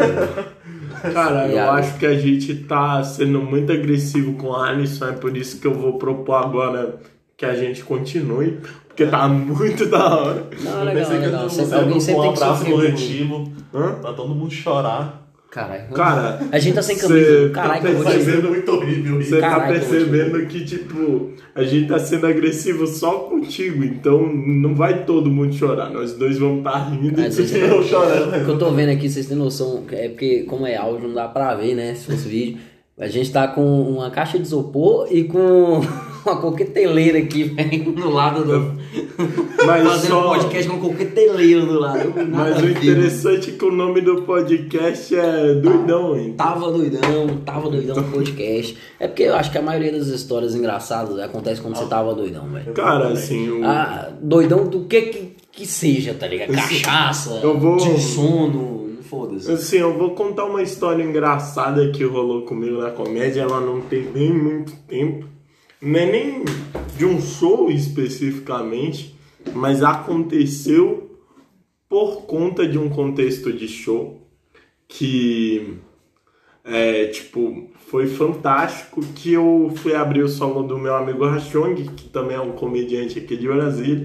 Cara, eu Iago. acho que a gente tá sendo muito agressivo com o Alisson, é por isso que eu vou propor agora que a gente continue, porque tá muito da hora. Não, eu legal, pensei que legal. eu Sempre, ia alguém propor sempre um tem que abraço sofrer bullying. coletivo Hã? pra todo mundo chorar. Caralho. Cara, A gente tá sem cê camisa. tá Caralho, que eu vou Tá te percebendo- sendo muito horrível isso. Você tá Caralho, percebendo que, tipo, a gente tá sendo agressivo só contigo, então não vai todo mundo chorar, nós dois vamos estar rindo Ah, e vocês- Eu chorando. O que eu tô vendo aqui, vocês têm noção, é porque como é áudio não dá pra ver, né, se fosse vídeo. A gente tá com uma caixa de isopor e com uma coqueteleira aqui, velho, do lado do... Mas Fazendo só- podcast com coqueteleiro do lado. Nada Mas a o ver, interessante é que o nome do podcast é Doidão, hein? Tava doidão, tava doidão no podcast. É porque eu acho que a maioria das histórias engraçadas acontece quando você tava doidão, velho. Cara, assim, o... Ah, doidão do que que, que seja, tá ligado? Cachaça, Eu vou- de sono, foda-se. Assim, eu vou contar uma história engraçada que rolou comigo na comédia, ela não tem nem muito tempo, não é nem de um show especificamente, mas aconteceu por conta de um contexto de show que, é, tipo, foi fantástico, que eu fui abrir o solo do meu amigo Rachong, que também é um comediante aqui de Brasília,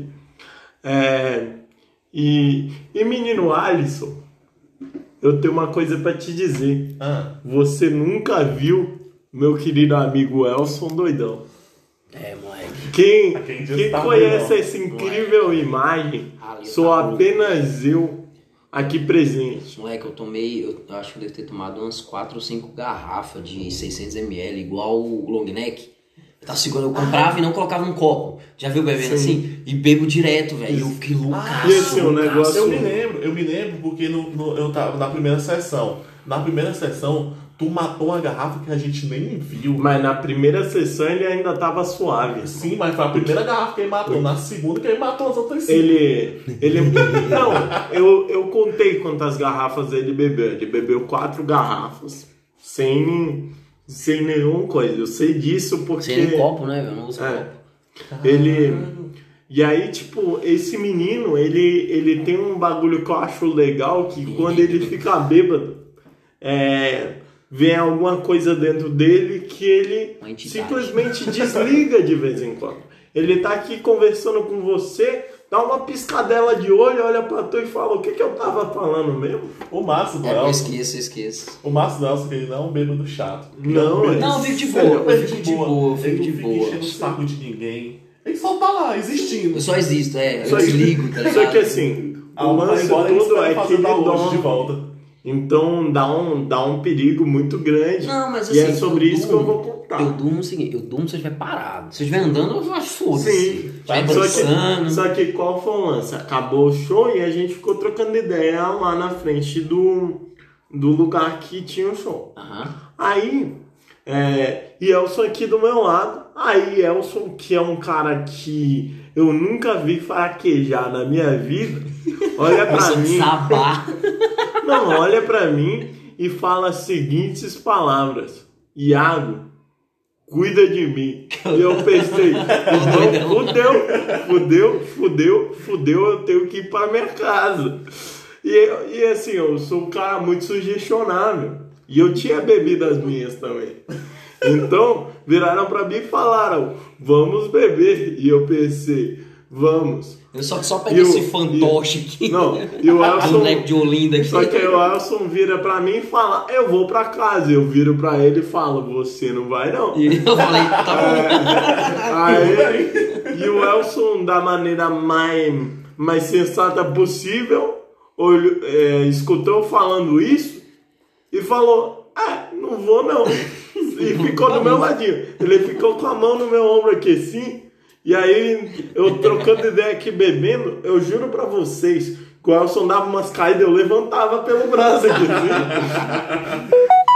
é, e, e menino Alisson, eu tenho uma coisa pra te dizer. Ah, Você nunca viu meu querido amigo Elson Doidão. É, moleque. Quem, Quem diz quem tá conhece doidão. essa incrível imagem Ali sou tá louco. apenas eu aqui presente. Moleque, eu tomei, eu acho que eu devo ter tomado umas quatro ou cinco garrafas de seiscentos mililitros, igual o long neck. Eu tava segurando, eu comprava e não colocava num copo. Já viu bebendo Sim. assim? E bebo direto, velho. Eu fiquei loucaço. E esse é um loucaço. negócio- eu me lembro, eu me lembro porque no, no- eu tava na primeira sessão. Na primeira sessão, tu matou uma garrafa que a gente nem viu. Mas na primeira sessão ele ainda tava suave. Sim, mas foi a primeira garrafa que ele matou. Na segunda que ele matou as outras cinco. Ele. ele não, eu, eu contei quantas garrafas ele bebeu. Ele bebeu quatro garrafas. Sem, sem nenhuma coisa. Eu sei disso porque. Sem nem copo, né, velho? Eu não uso É. copo. Ele. E aí, tipo, esse menino, ele, ele tem um bagulho que eu acho legal, que quando ele fica bêbado, é, vem alguma coisa dentro dele que ele Uma entidade. simplesmente desliga de vez em quando. Ele tá aqui conversando com você, dá uma piscadela de olho, olha pra tu e fala, o que que eu tava falando mesmo? O Márcio do É, eu Elson. esqueço, eu esqueço. O Márcio do Elson, que ele não é um bêbado chato. Não, Ele é- Não, eu fico de sério, boa, eu ele fico de boa, eu fico Ele de não fica boa. enchendo o saco de ninguém. Ele só tá lá, existindo. Eu só existo, é. Eu Só que- desligo, tá ligado? Só que assim, Ah, o vai lance embora, ele todo vai é que fazer ele download de dorme. volta. Então dá um, dá um perigo muito grande. Não, mas e assim, é sobre eu isso durmo, que eu vou contar. Eu durmo o seguinte, eu durmo se eu estiver parado. Se eu estiver andando, eu acho foda-se. Sim, Vai só dançando. que, só que qual foi o lance? Acabou o show e a gente ficou trocando ideia lá na frente do, do lugar que tinha o show. Aham. Aí, é, e Elson aqui do meu lado. Aí Elson, que é um cara que eu nunca vi fraquejar na minha vida, olha pra Começou a mim. desabar. Não, olha pra mim e fala as seguintes palavras: Iago, cuida de mim. E eu pensei, então, fudeu, fudeu, fudeu, fudeu, eu tenho que ir pra minha casa. E, e assim, eu sou um cara muito sugestionável. E eu tinha bebido as minhas também. Então, viraram pra mim e falaram, vamos beber. E eu pensei, vamos. Eu só, só E peguei o- esse fantoche aqui. Não, e o Do Elson... moleque de Olinda aqui. Só que aí o Elson vira pra mim e fala, eu vou pra casa. Eu viro pra ele e falo, você não vai não. E eu falei, tá bom. Aí, e o Elson, da maneira mais, mais sensata possível, olhou, é, escutou eu falando isso e falou, ah, não vou não. E ficou do meu ladinho. Ele ficou com a mão no meu ombro aqui assim. E aí, eu trocando ideia aqui bebendo, eu juro pra vocês, que o Elson dava umas caídas, eu levantava pelo braço aqui assim.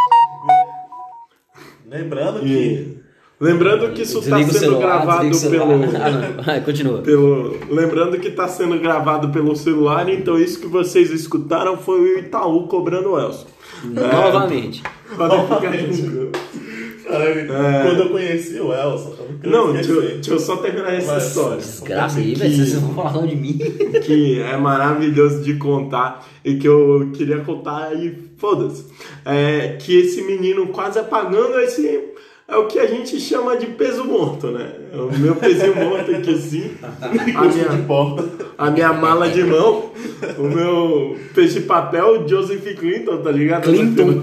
Lembrando que... E, lembrando que isso está Desliga o sendo celular, gravado desliga o pelo, celular. Ah, não. Vai, continua. pelo. Lembrando que está sendo gravado pelo celular, então isso que vocês escutaram foi o Itaú cobrando o Elson. Novamente. Podem ficar tranquilo. Cara, quando eu conheci o Elson, eu nunca Não, deixa eu, esqueci. deixa eu só terminar essa Vai. história. Desgraça aí, Que- velho. Vocês vão falar de mim. Que é maravilhoso de contar e que eu queria contar e foda-se. É que esse menino quase apagando esse. É o que a gente chama de peso morto, né? É o meu pezinho morto aqui assim. A minha, de porta. a minha mala de mão. O meu peixe de papel, Joseph Clinton, tá ligado? Clinton.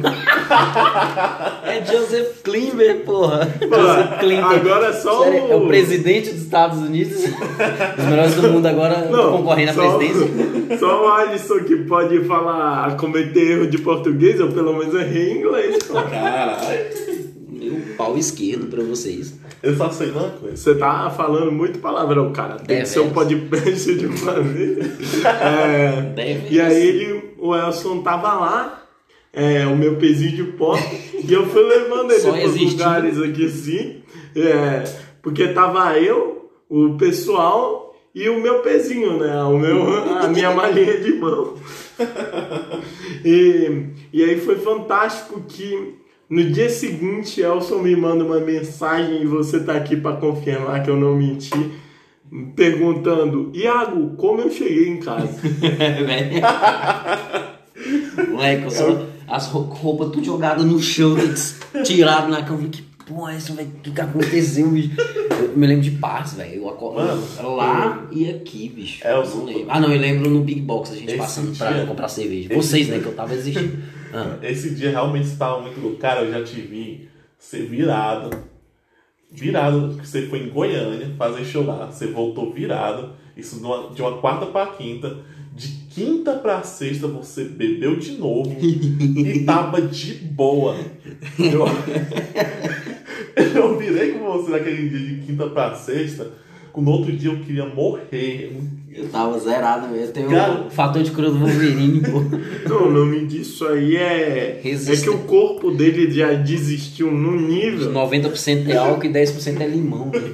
É Joseph Klimber, porra. Pô, Joseph Clinton. agora é só Sério, o- É o presidente dos Estados Unidos. Os melhores do mundo agora concorrendo à só, presidência. só o Alisson que pode falar, cometer erro de português, eu pelo menos errei em inglês. Caralho. Meu pau esquerdo pra vocês. Eu só sei uma coisa. Você tá falando muito palavrão, cara. Tem É, que ser um velho. podcast de uma vez. É, Deve e aí ser. ele, o Elson tava lá, é, o meu pezinho de pó, e eu fui levando ele Só pros existindo. lugares aqui assim, é, porque tava eu, o pessoal e o meu pezinho, né? O meu, a minha malinha de mão. E, e aí foi fantástico que no dia seguinte, Elson me manda uma mensagem e você tá aqui para confirmar que eu não menti, perguntando, Iago, como eu cheguei em casa? Velho. Moleque, eu só, as rou- roupas tudo jogadas no chão, tirado na cama. Eu falei, que porra é isso, velho? O que que aconteceu, bicho? Eu me lembro de partes, velho. Eu acordo Mano, lá e aqui, bicho. É, eu não sou- lembro. Ah, não, eu lembro no Big Box, a gente Esse passando pra dia- comprar cerveja. esse Vocês, dia- né, que eu tava existindo. Ah. Esse dia realmente estava muito louco. Cara, eu já te vi ser virado. Virado, que você foi em Goiânia fazer show lá. Você voltou virado. Isso de uma, de uma quarta pra quinta. De quinta pra sexta você bebeu de novo. E tava de boa. Eu, eu virei com você naquele dia de quinta pra sexta. No outro dia eu queria morrer. Eu tava zerado mesmo. Tem Cara- o fator de cura do Wolverine, pô. Não, o nome disso aí é... Resiste- É que o corpo dele já desistiu num nível. noventa por cento é álcool e dez por cento é limão, velho.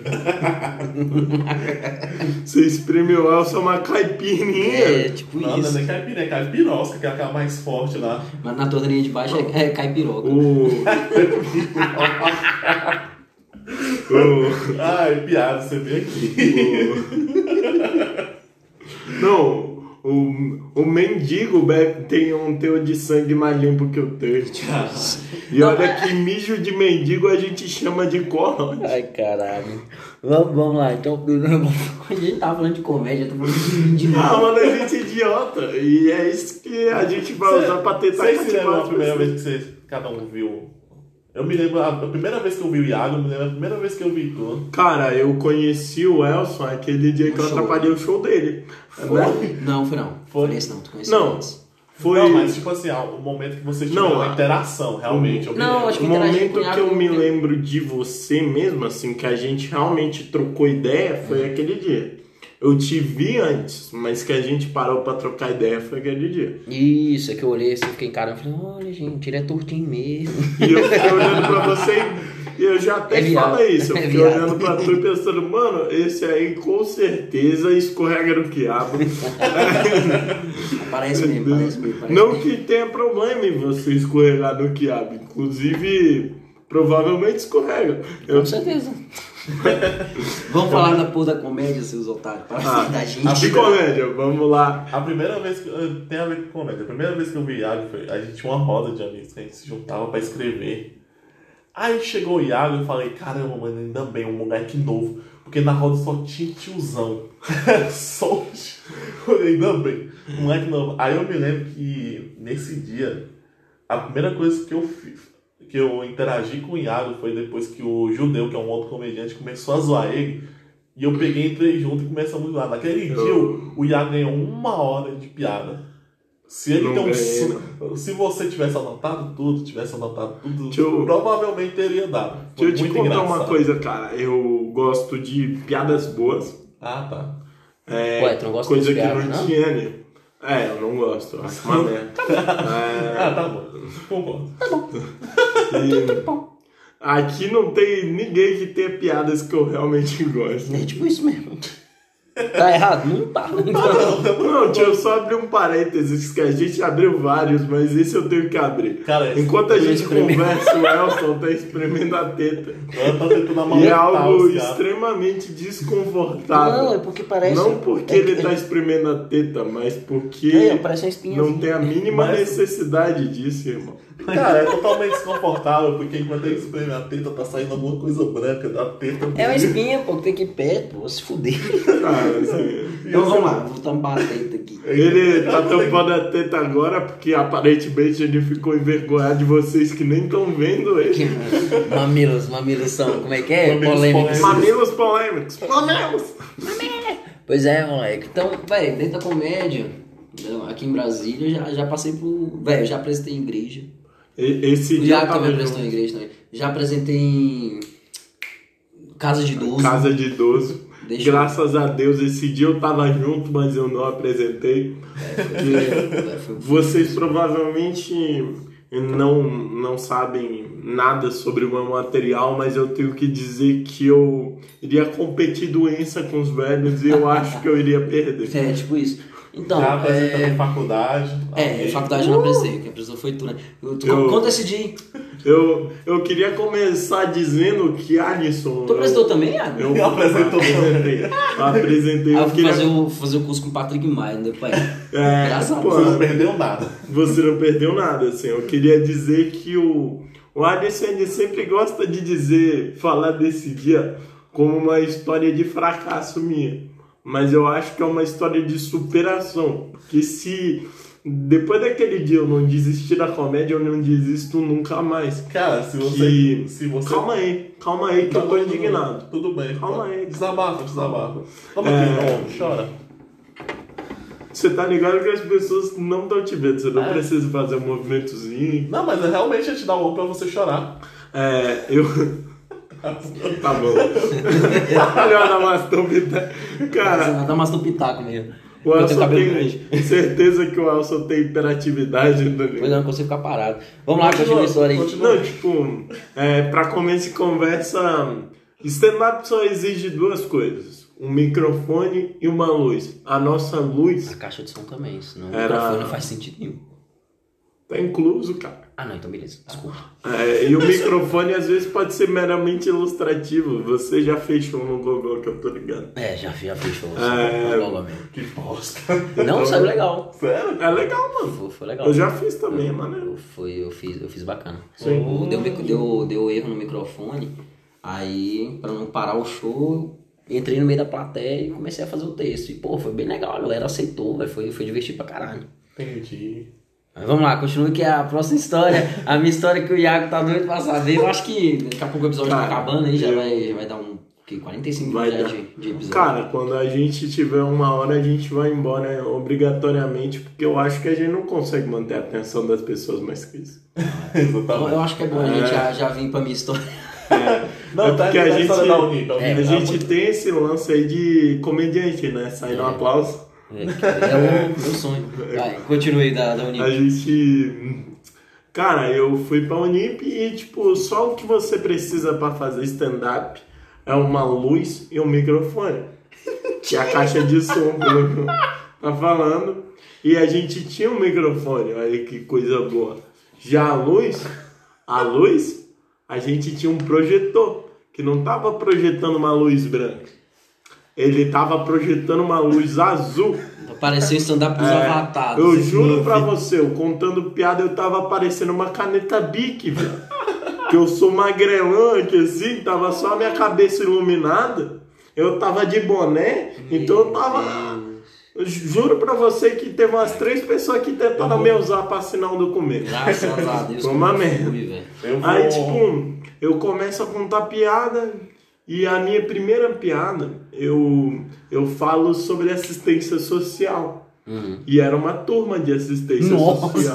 Você espreme o Elson uma caipirinha. É, tipo Não, não é isso. nem caipira, é caipirosca, que é aquela mais forte lá. Mas na torneirinha de baixo é, é caipiroca. O... o... Ai, piada, você vê aqui. Não, o, o mendigo bebe, tem um teor de sangue mais limpo que o teu. E olha que mijo de mendigo a gente chama de corrente. Ai, caralho. Vamos, vamos lá, então. A gente tava falando de comédia, tô falando de mendigo. Ah, mano, a gente é idiota. E é isso que a gente vai usar pra tentar Vocês se lembram cativar a as primeira pessoas. vez que vocês, cada um viu? Eu me lembro, a primeira vez que eu vi o Iago, eu me lembro a primeira vez que eu vi tu. Cara, eu conheci o Elson aquele dia que No eu show. atrapalhei o show dele. Né? Não, foi não. Foi. Foi esse não, tu conheceu Não. antes. Foi Não, mas tipo assim, ó, o momento que vocês tiveram Não, uma a- interação, realmente. eu me Não, lembro. acho o que interagi momento com o que Iago eu me no- lembro de você mesmo, assim, que a gente realmente trocou ideia, foi aquele dia. Eu te vi antes, mas que a gente parou pra trocar ideia foi aquele dia. Isso, é que eu olhei assim, fiquei encarando e falei, olha, gente, ele é tortinho mesmo. E eu fiquei olhando pra você e eu já até É te viado. falei isso. Eu É fiquei viado. olhando pra tu e pensando, mano, esse aí com certeza escorrega no quiabo. Parece mesmo, parece mesmo. Parece Não mesmo. que tenha problema em você escorregar no quiabo. Inclusive, provavelmente escorrega. Eu, Com certeza. Vamos falar da porra da comédia, seus otários. Para Ah, da a gente. comédia, vamos lá. A primeira vez que. eh, Tem a ver com comédia. A primeira vez que eu vi o Iago foi. A gente tinha uma roda de amigos que a gente se juntava pra escrever. Aí chegou o Iago e eu falei, caramba, mano, ainda bem, um moleque novo. Porque na roda só tinha tiozão. Só o tio. Falei, ainda bem, um moleque novo. Aí eu me lembro que nesse dia, a primeira coisa que eu fiz, que eu interagi com o Iago foi depois que o Judeu, que é um outro comediante, começou a zoar ele. E eu peguei, entrei junto e começamos a zoar. Naquele dia, o o Iago ganhou uma hora de piada. Se ele Não tem um ganhei, su- Se você tivesse anotado tudo, tivesse anotado tudo, Deixa eu- provavelmente teria dado. Foi Deixa eu te muito contar engraçado. uma coisa, cara. Eu gosto de piadas boas. Ah, tá. É, Ué, tu não gosta coisa de que piada, não, não? tinha ali. É, eu não gosto. Eu acho uma merda. É, Ah, tá bom. Concordo. e aqui não tem ninguém que tenha piadas que eu realmente gosto. É tipo isso mesmo. Tá errado? Não tá. Não, deixa eu só abrir um parênteses, que a gente abriu vários, mas esse eu tenho que abrir. Cara, esse- Enquanto a eu gente espremi. conversa, o Elson tá espremendo a teta. Eu tô tentando E é amamentar algo os caras. extremamente desconfortável. Não, é porque parece. Não porque é, ele é, tá espremendo a teta, mas porque É, parece uma espinha. não tem a mínima Mas- necessidade disso, irmão. Cara, é totalmente desconfortável, porque enquanto ele espreme a teta, tá saindo alguma coisa branca da teta. É uma espinha, pô, que tem que ir perto, pô, se fuder. Cara, assim, Então vamos lá, vou tampar a teta aqui. ele tá tampando a teta agora porque aparentemente ele ficou envergonhado de vocês que nem estão vendo ele. Que, mamilos, mamilos são, como é que é? Mamilos Polêmicos. Mamilos polêmicos. Mamilos! Pois é, moleque. Então, velho, dentro da comédia, aqui em Brasília, já, já passei por. Velho, já apresentei em igreja. E- Esse O dia eu Iago tava também apresentou em junto. igreja também. Já apresentei em. Casa de idoso. Casa de idoso. Deixa eu- Graças a Deus, esse dia eu tava junto, mas eu não apresentei. Porque É, foi- vocês provavelmente não, não sabem nada sobre o meu material, mas eu tenho que dizer que eu iria competir doença com os velhos e eu acho que eu iria perder. É, tipo isso. Então, Já apresentando é. em faculdade. É, ok. faculdade eu não apresentei, quem apresentou foi tu, né? Tu, Eu- Conta esse dia aí. Eu, eu queria começar dizendo que Alisson. Tu apresentou também, Iago? Eu, Eu apresentou apresentei. Apresentei. Ah, Eu eu fui queria, fazer o, fazer o curso com o Patrick Maia, né, pai? é, Engraçado. pô, Você não perdeu nada. Você não perdeu nada, assim. Eu queria dizer que o, o Alisson ele sempre gosta de dizer, falar desse dia como uma história de fracasso minha. Mas eu acho que é uma história de superação. Porque se depois daquele dia eu não desistir da comédia, eu não desisto nunca mais. Cara, se você. Que- Se você... Calma aí, calma aí que eu tô indignado. Tudo bem. Calma aí. Desabafa, desabafa. Toma É. aqui, não, chora. Você tá ligado que as pessoas não estão te vendo, você não É. precisa fazer um movimentozinho. Não, mas é realmente a te dar um ombro pra você chorar. É, eu. Tá bom. Olha o Adamastor Pitaco. Cara, Nada mais no pitaco mesmo. o Eu tenho Elson cabelo tem grande. certeza que o Elson tem hiperatividade. Pois Né? eu não consigo ficar parado. Vamos lá, continua a história aí. Continua. Não, tipo, é, pra começo de conversa, stand-up só exige duas coisas: um microfone e uma luz. A nossa luz. A caixa de som também, senão o Era- microfone não faz sentido nenhum. Tá incluso, cara. Ah, não, então beleza, desculpa. É, e o microfone às vezes pode ser meramente ilustrativo. Você já fechou no Google, que eu tô ligado. É, já, já fechou. É... Logo mesmo. Que bosta. Não, saiu legal. Sério? É legal, mano. Foi, foi legal. Eu já fiz também, eu, mano. Eu, foi, eu, fiz, eu fiz bacana. Sim. O- Deu, deu, deu erro no microfone, aí pra não parar o show, entrei no meio da plateia e comecei a fazer o texto. E pô, foi bem legal, a galera aceitou, véio, foi, foi divertido pra caralho. Entendi. Mas vamos lá, continua que é a próxima história. A minha história que o Iago tá doido pra saber. Eu acho que daqui a pouco o episódio tá Cara, acabando aí, já, eu- vai, já vai dar um que, quarenta e cinco Vai minutos dar. de, de episódio. Cara, quando a gente tiver uma hora, a gente vai embora obrigatoriamente, porque eu acho que a gente não consegue manter a atenção das pessoas mais que isso. Então, eu acho que é bom a gente É. já, já vir pra minha história. Não, É tá porque aqui a na gente- história da Unip. A é, Unip A é gente muito- tem esse lance aí de comediante, né? Sair no É. aplauso. É, é o meu sonho. Vai, continue da, da Unip. A gente. Cara, eu fui pra Unip e, tipo, só o que você precisa pra fazer stand-up é uma luz e um microfone. E a caixa de som, pelo que tá falando. E a gente tinha um microfone, olha que coisa boa. Já a luz, a luz, a gente tinha um projetor, que não tava projetando uma luz branca. Ele tava projetando uma luz azul. Pareceu stand-up dos É, avatados. eu juro pra você, eu contando piada, eu tava parecendo uma caneta Bic, velho. Que eu sou magrelão aqui assim, tava só a minha cabeça iluminada. Eu tava de boné, então eu tava. Eu juro pra você que teve umas três pessoas que tentaram me usar pra assinar um documento. Graças a Deus. Foi como uma eu merda. fui, velho. Eu vou... Aí, tipo, eu começo a contar piada e a minha primeira piada, eu, eu falo sobre assistência social. Uhum. E era uma turma de assistência Nossa. social.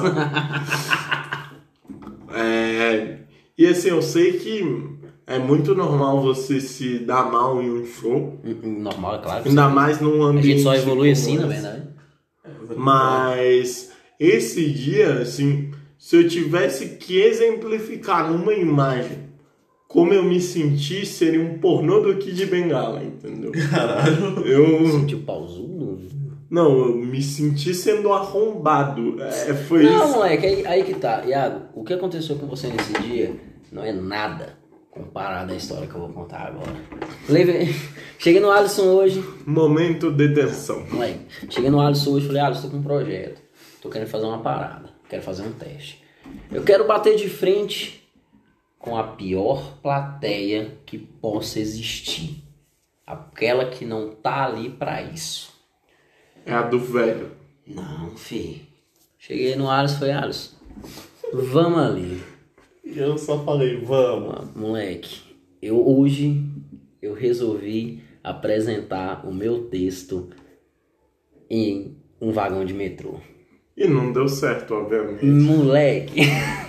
É, e assim, eu sei que é muito normal você se dar mal em um show. Normal, é claro. Ainda mais num A ambiente gente só evolui como assim, na esse. verdade. Mas esse dia, assim, se eu tivesse que exemplificar numa imagem como eu me senti, seria um pornô do Kid Bengala, entendeu? Caralho. Eu... Sentiu pausudo? Não, eu me senti sendo arrombado. É, foi Não, isso. moleque, aí, aí que tá. Iago, o que aconteceu com você nesse dia não é nada comparado à história que eu vou contar agora. Levei... Cheguei no Alisson hoje, Momento de tensão. moleque, cheguei no Alisson hoje e falei, Alisson, tô com um projeto. Tô querendo fazer uma parada, quero fazer um teste. Eu quero bater de frente com a pior plateia que possa existir. Aquela que não tá ali pra isso. É a do velho. Não, fi. Cheguei no Alisson e falei, Alisson, vamos ali. E eu só falei, vamos. Ah, moleque, eu hoje eu resolvi apresentar o meu texto em um vagão de metrô. E não deu certo, obviamente. Moleque.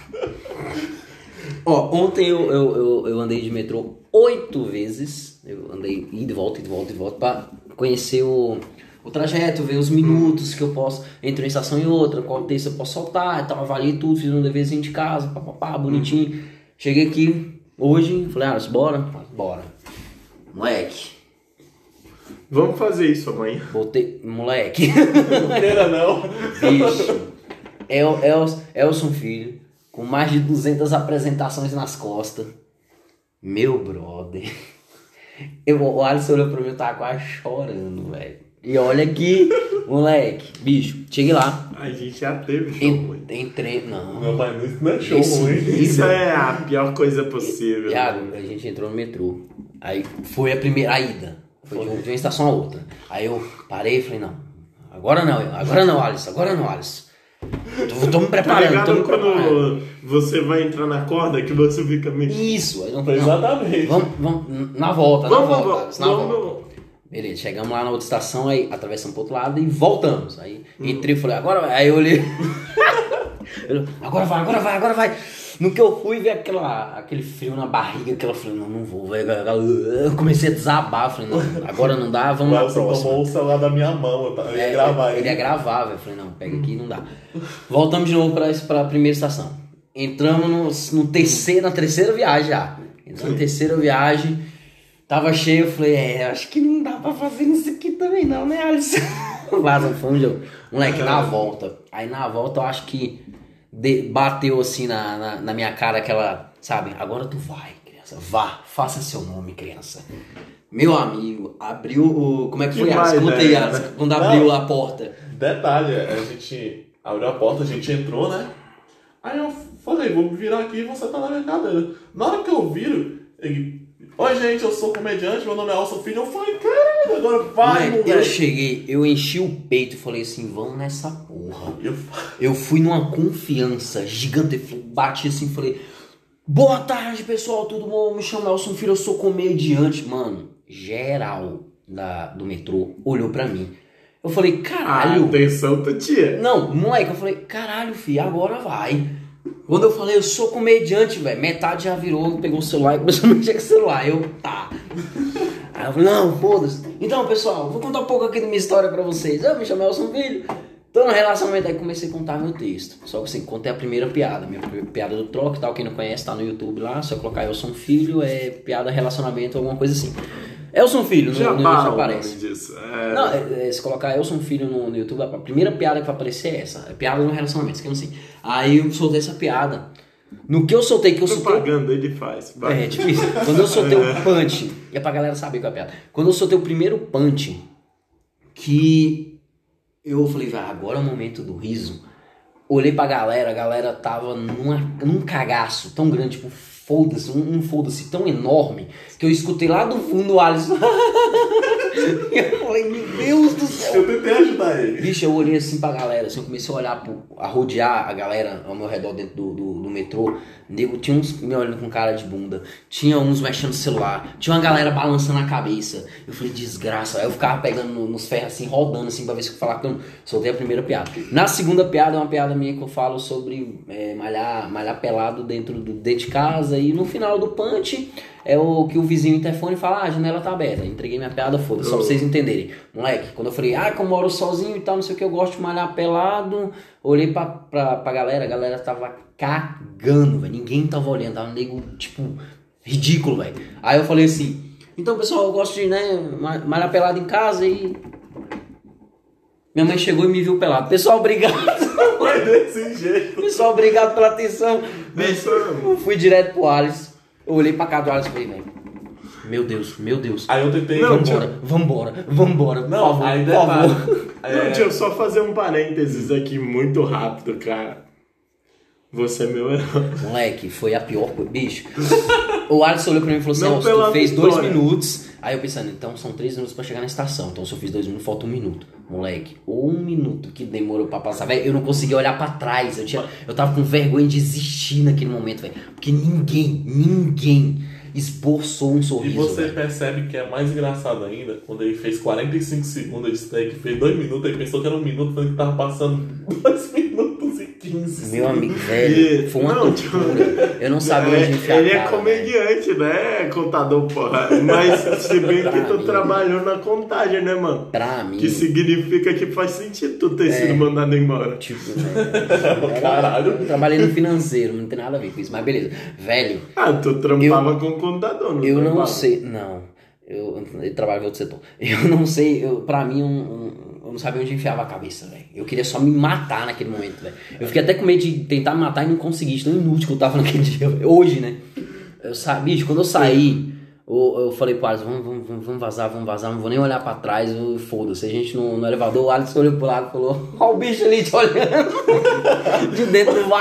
Ó, ontem eu, eu, eu, eu andei de metrô oito vezes. Eu andei ida e volta, ida e volta, ida e volta pra conhecer o, o trajeto, ver os minutos que eu posso entre uma estação e outra, qual texto eu posso soltar e tal. Avaliei tudo, fiz um deverzinho de casa, papapá, bonitinho. Cheguei aqui hoje, falei, ah, bora? Bora. Moleque, Vamos fazer isso amanhã. botei. Moleque. Não queira não. Bicho. El, El, Elson Filho, com mais de duzentas apresentações nas costas. Meu brother. Eu, o Alisson olhou pra mim e tava quase chorando, velho. E olha aqui, moleque. Bicho, cheguei lá. A gente já teve show En, ruim. entrei. Não. Meu pai, isso não é show Esse- ruim. Isso é a pior coisa possível. Iago, a gente entrou no metrô. Aí foi a primeira a ida. Foi de, um- de uma estação a outra. Aí eu parei e falei, não. Agora não, agora não, Alisson. Agora não, Alisson. Tô, tô me Tá preparando, tô ligado me preparando. quando você vai entrar na corda que você fica meio... Isso. Aí eu Foi falei, não. exatamente. Vamos, vamos, na volta, na Vamos, volta, vamos, Alisson, na vamos. volta. Beleza, chegamos lá na outra estação, aí atravessamos pro outro lado e voltamos. Aí entrei e falei, agora vai. Aí eu olhei. Eu, agora vai, agora vai, agora vai. No que eu fui ver aquela, aquele frio na barriga, aquela, eu falei, não, não vou, velho. Eu comecei a desabar, eu falei, não, agora não dá, vamos O na Elson próxima. tomou o celular da minha mão. Eu tava- eu ia É, gravar ele ele. ia gravar, velho. Eu falei, não, pega aqui, não dá. Voltamos de novo pra, pra primeira estação. Entramos no, no terceiro, na terceira viagem já. Entramos na terceira viagem. Tava cheio, eu falei, é, acho que não dá pra fazer isso aqui também não, né, Alisson? Vaza, foi um jogo. Moleque, na volta. Aí na volta eu acho que de, bateu assim na, na, na minha cara aquela, sabe, agora tu vai, criança, vá, faça seu nome, criança. Meu amigo, abriu o... Como é que foi? Conta aí, né? Quando abriu Não, a porta. Detalhe, a gente abriu a porta, a gente entrou, né? Aí eu falei, vou me virar aqui e você tá na minha cadeira. Na hora que eu viro, ele... Oi, gente, eu sou comediante, meu nome é Alson Filho. Eu falei, caralho, agora vai, moleque. Eu cheguei, eu enchi o peito e falei assim, vamos nessa porra. Eu, eu fui numa confiança gigante, bati assim e falei, boa tarde, pessoal, tudo bom? Me chamo Alson Filho, eu sou comediante. Mano, geral da, do metrô olhou pra mim. Eu falei, caralho. Atenção, tia. Não, moleque, eu falei, caralho, filho, agora vai. Quando eu falei, eu sou comediante, velho, metade já virou, pegou o celular e começou a mexer com o celular. Eu, tá. Aí eu falei, não, foda-se. Então, pessoal, vou contar um pouco aqui da minha história pra vocês. Eu me chamo Elson Filho, tô no relacionamento, aí comecei a contar meu texto. Só que assim, contei a primeira piada, minha piada do troco e tal. Quem não conhece, tá no YouTube lá, se eu colocar Elson Filho, é piada, relacionamento, alguma coisa assim. Elson Filho, no, no YouTube aparece. Disso. É... Não, é, é, se colocar Elson Filho no, no YouTube, a primeira piada que vai aparecer é essa. É piada no relacionamento, esquema assim. Aí eu soltei essa piada. No que eu soltei, que eu soltei... Propaganda ele faz. Vai. É, difícil. Quando eu soltei o punch, é pra galera saber qual é a piada. Quando eu soltei o primeiro punch, que eu falei, vai, agora é o momento do riso. Olhei pra galera, a galera tava numa, num cagaço tão grande, tipo, foda-se, um, um foda-se tão enorme, que eu escutei lá do fundo o Alisson. E eu falei, meu Deus do céu. Eu tentei ajudar ele. Bicho, eu olhei assim pra galera, assim, eu comecei a olhar, pro, a rodear a galera ao meu redor dentro do, do, do metrô. Nego, tinha uns me olhando com cara de bunda, tinha uns mexendo no celular, tinha uma galera balançando a cabeça. Eu falei, desgraça. Aí eu ficava pegando no, nos ferros assim, rodando assim, pra ver se eu falava. Então, soltei a primeira piada. Na segunda piada, é uma piada minha que eu falo sobre é, malhar, malhar pelado dentro, do, dentro de casa. E no final do punch, é o que o vizinho interfone e fala, ah, a janela tá aberta. Entreguei minha piada, foda-se, só pra vocês entenderem. Moleque, quando eu falei, ah, que eu moro sozinho e tal, não sei o que, eu gosto de malhar pelado, olhei pra, pra, pra galera, a galera tava cagando, velho. Ninguém tava olhando, tava um nego, tipo, ridículo, velho. Aí eu falei assim, então, pessoal, eu gosto de, né, malhar pelado em casa e... Minha mãe chegou e me viu pelado. Pessoal, obrigado. Foi desse jeito. Pessoal, obrigado pela atenção. Eu fui direto pro Alisson. Eu olhei pra cá do Alisson e falei, velho, meu Deus, meu Deus. Aí eu tentei... Não, vambora, vambora, vambora. Não, por favor, aí por favor. É... Não, deixa eu só fazer um parênteses aqui muito rápido, cara. Você é meu herói. Moleque, foi a pior coisa. Bicho, o Alisson olhou pra mim e falou assim, não, oh, tu fez vitória. dois minutos. Aí eu pensando, então são três minutos pra chegar na estação. Então se eu fiz dois minutos, falta um minuto. Moleque, um minuto que demorou pra passar. Velho, eu não conseguia olhar pra trás. Eu, tinha, eu tava com vergonha de existir naquele momento, velho. Porque ninguém, ninguém esboçou um sorriso. E você véio. percebe que é mais engraçado ainda quando ele fez quarenta e cinco segundos de stake, fez dois minutos, ele pensou que era um minuto, falando que tava passando dois minutos e quinze. Meu amigo, velho, foi uma não, loucura. Eu não sabia é, onde enfiar. Ele cara, é comediante, né, contador, porra. Mas se bem que tu trabalhou na contagem, né, mano? Pra mim. Que significa que faz sentido tu ter é, sido mandado embora. Tipo, velho. Caralho. Eu trabalhei no financeiro, não tem nada a ver com isso, mas beleza. Velho. Ah, tu trampava eu, com contador, não Eu trampava? não sei, não. Eu, eu trabalho em outro setor. Eu não sei, eu, pra mim, um, um, eu não sabia onde enfiava a cabeça, velho. Eu queria só me matar naquele momento, velho. Eu fiquei até com medo de tentar me matar e não consegui. Isso tão inútil que eu tava naquele dia. Hoje, né? Eu sabia, bicho, quando eu saí, eu, eu falei pro Alisson, vamos, vamos, vamos vazar, vamos vazar, não vou nem olhar pra trás, foda-se. A gente no, no elevador, o Alisson olhou pro lado e falou, ó o bicho ali te olhando de dentro do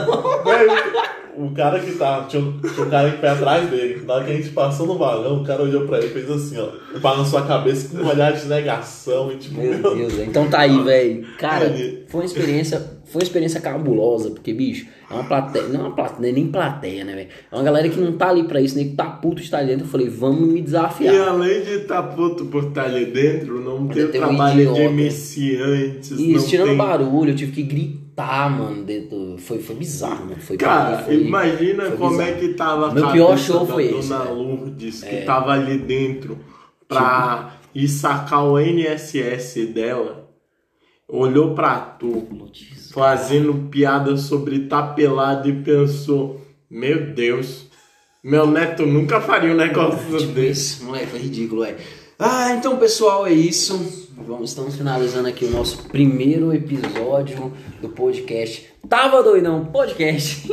vagão. O cara que tá, tinha um, tinha um cara em pé atrás dele. Na hora que a gente passou no vagão, o cara olhou pra ele e fez assim, ó. Balançou a cabeça com um olhar de negação e tipo. Meu Deus, meu... então tá aí, velho. Cara, foi uma experiência. Foi uma experiência cabulosa, porque, bicho, é uma plateia. Não é uma plateia, nem plateia, né, velho? É uma galera que não tá ali pra isso, nem que tá puto de estar ali dentro. Eu falei, vamos me desafiar. E além de estar tá puto por estar ali dentro, não tem o trabalho um de iniciantes. Isso, não tirando tem... barulho, eu tive que gritar. Tá, mano, dentro, foi, foi bizarro, mano. Foi, cara, foi, imagina foi como bizarro. É que tava a Meu cabeça pior show da foi Dona esse, né? Lourdes, que é. tava ali dentro pra tipo... ir sacar o N S S dela, olhou pra tu, fazendo piada sobre tá pelado e pensou, meu Deus, meu neto nunca faria um negócio tipo desse. Isso, moleque, foi ridículo, é. Ah, então pessoal, é isso. Vamos, estamos finalizando aqui o nosso primeiro episódio do podcast Tava Doidão Podcast.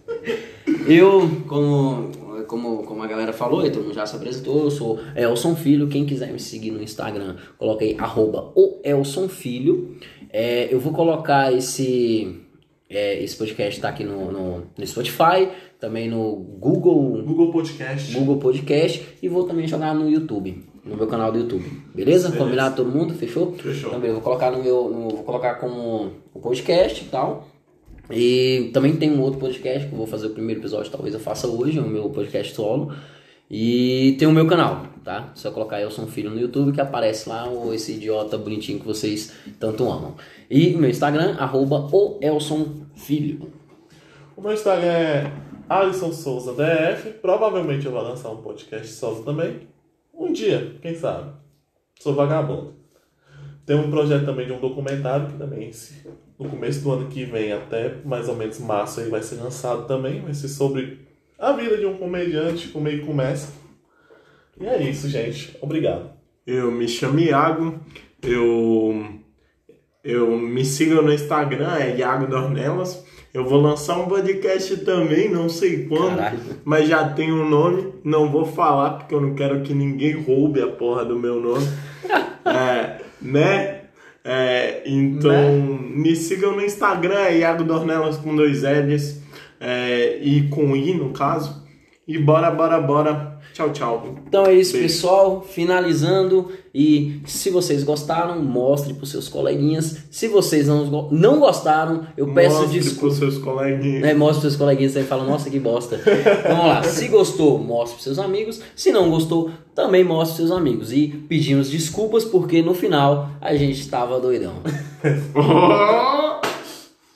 Eu, como, como, como a galera falou, e todo mundo já se apresentou, eu sou Elson Filho. Quem quiser me seguir no Instagram, coloquei arroba o Elson Filho. É, eu vou colocar esse, é, esse podcast tá aqui no, no, no Spotify, também no Google, Google Podcast. Google Podcast, e vou também jogar no YouTube, no meu canal do YouTube. Beleza? Beleza. Combinado todo mundo? Fechou? Fechou. Também vou colocar no meu, no, vou colocar como um podcast e tal. E também tem um outro podcast que eu vou fazer o primeiro episódio, talvez eu faça hoje, é o meu podcast solo. E tem o meu canal, tá? Só colocar Elson Filho no YouTube que aparece lá o, esse idiota bonitinho que vocês tanto amam. E o meu Instagram, arroba o Elson Filho. O meu Instagram é Alisson Souza D F. Provavelmente eu vou lançar um podcast solo também. Um dia, quem sabe. Sou vagabundo. Tem um projeto também de um documentário que também no começo do ano que vem, até mais ou menos março, aí vai ser lançado também. Vai ser sobre a vida de um comediante, como ele começa. E é isso, gente. Obrigado. Eu me chamo Iago. Eu, eu me sigam no Instagram, é Iago Dornelas. Eu vou lançar um podcast também, não sei quando, Caralho. mas já tem um nome. Não vou falar porque eu não quero que ninguém roube a porra do meu nome. É, né? É, então, né? Me sigam no Instagram, é Iago Dornelas com dois L's é, e com I no caso. E bora, bora, bora. Tchau, tchau. Então é isso, Beijo. pessoal. Finalizando. E se vocês gostaram, mostre para os seus coleguinhas. Se vocês não, não gostaram, eu peço Mostre desculpa. pros seus coleguinhas. É, mostre para os seus coleguinhas e falam, nossa, que bosta. Vamos lá. Se gostou, mostre para seus amigos. Se não gostou, também mostre para seus amigos. E pedimos desculpas porque no final a gente estava doidão.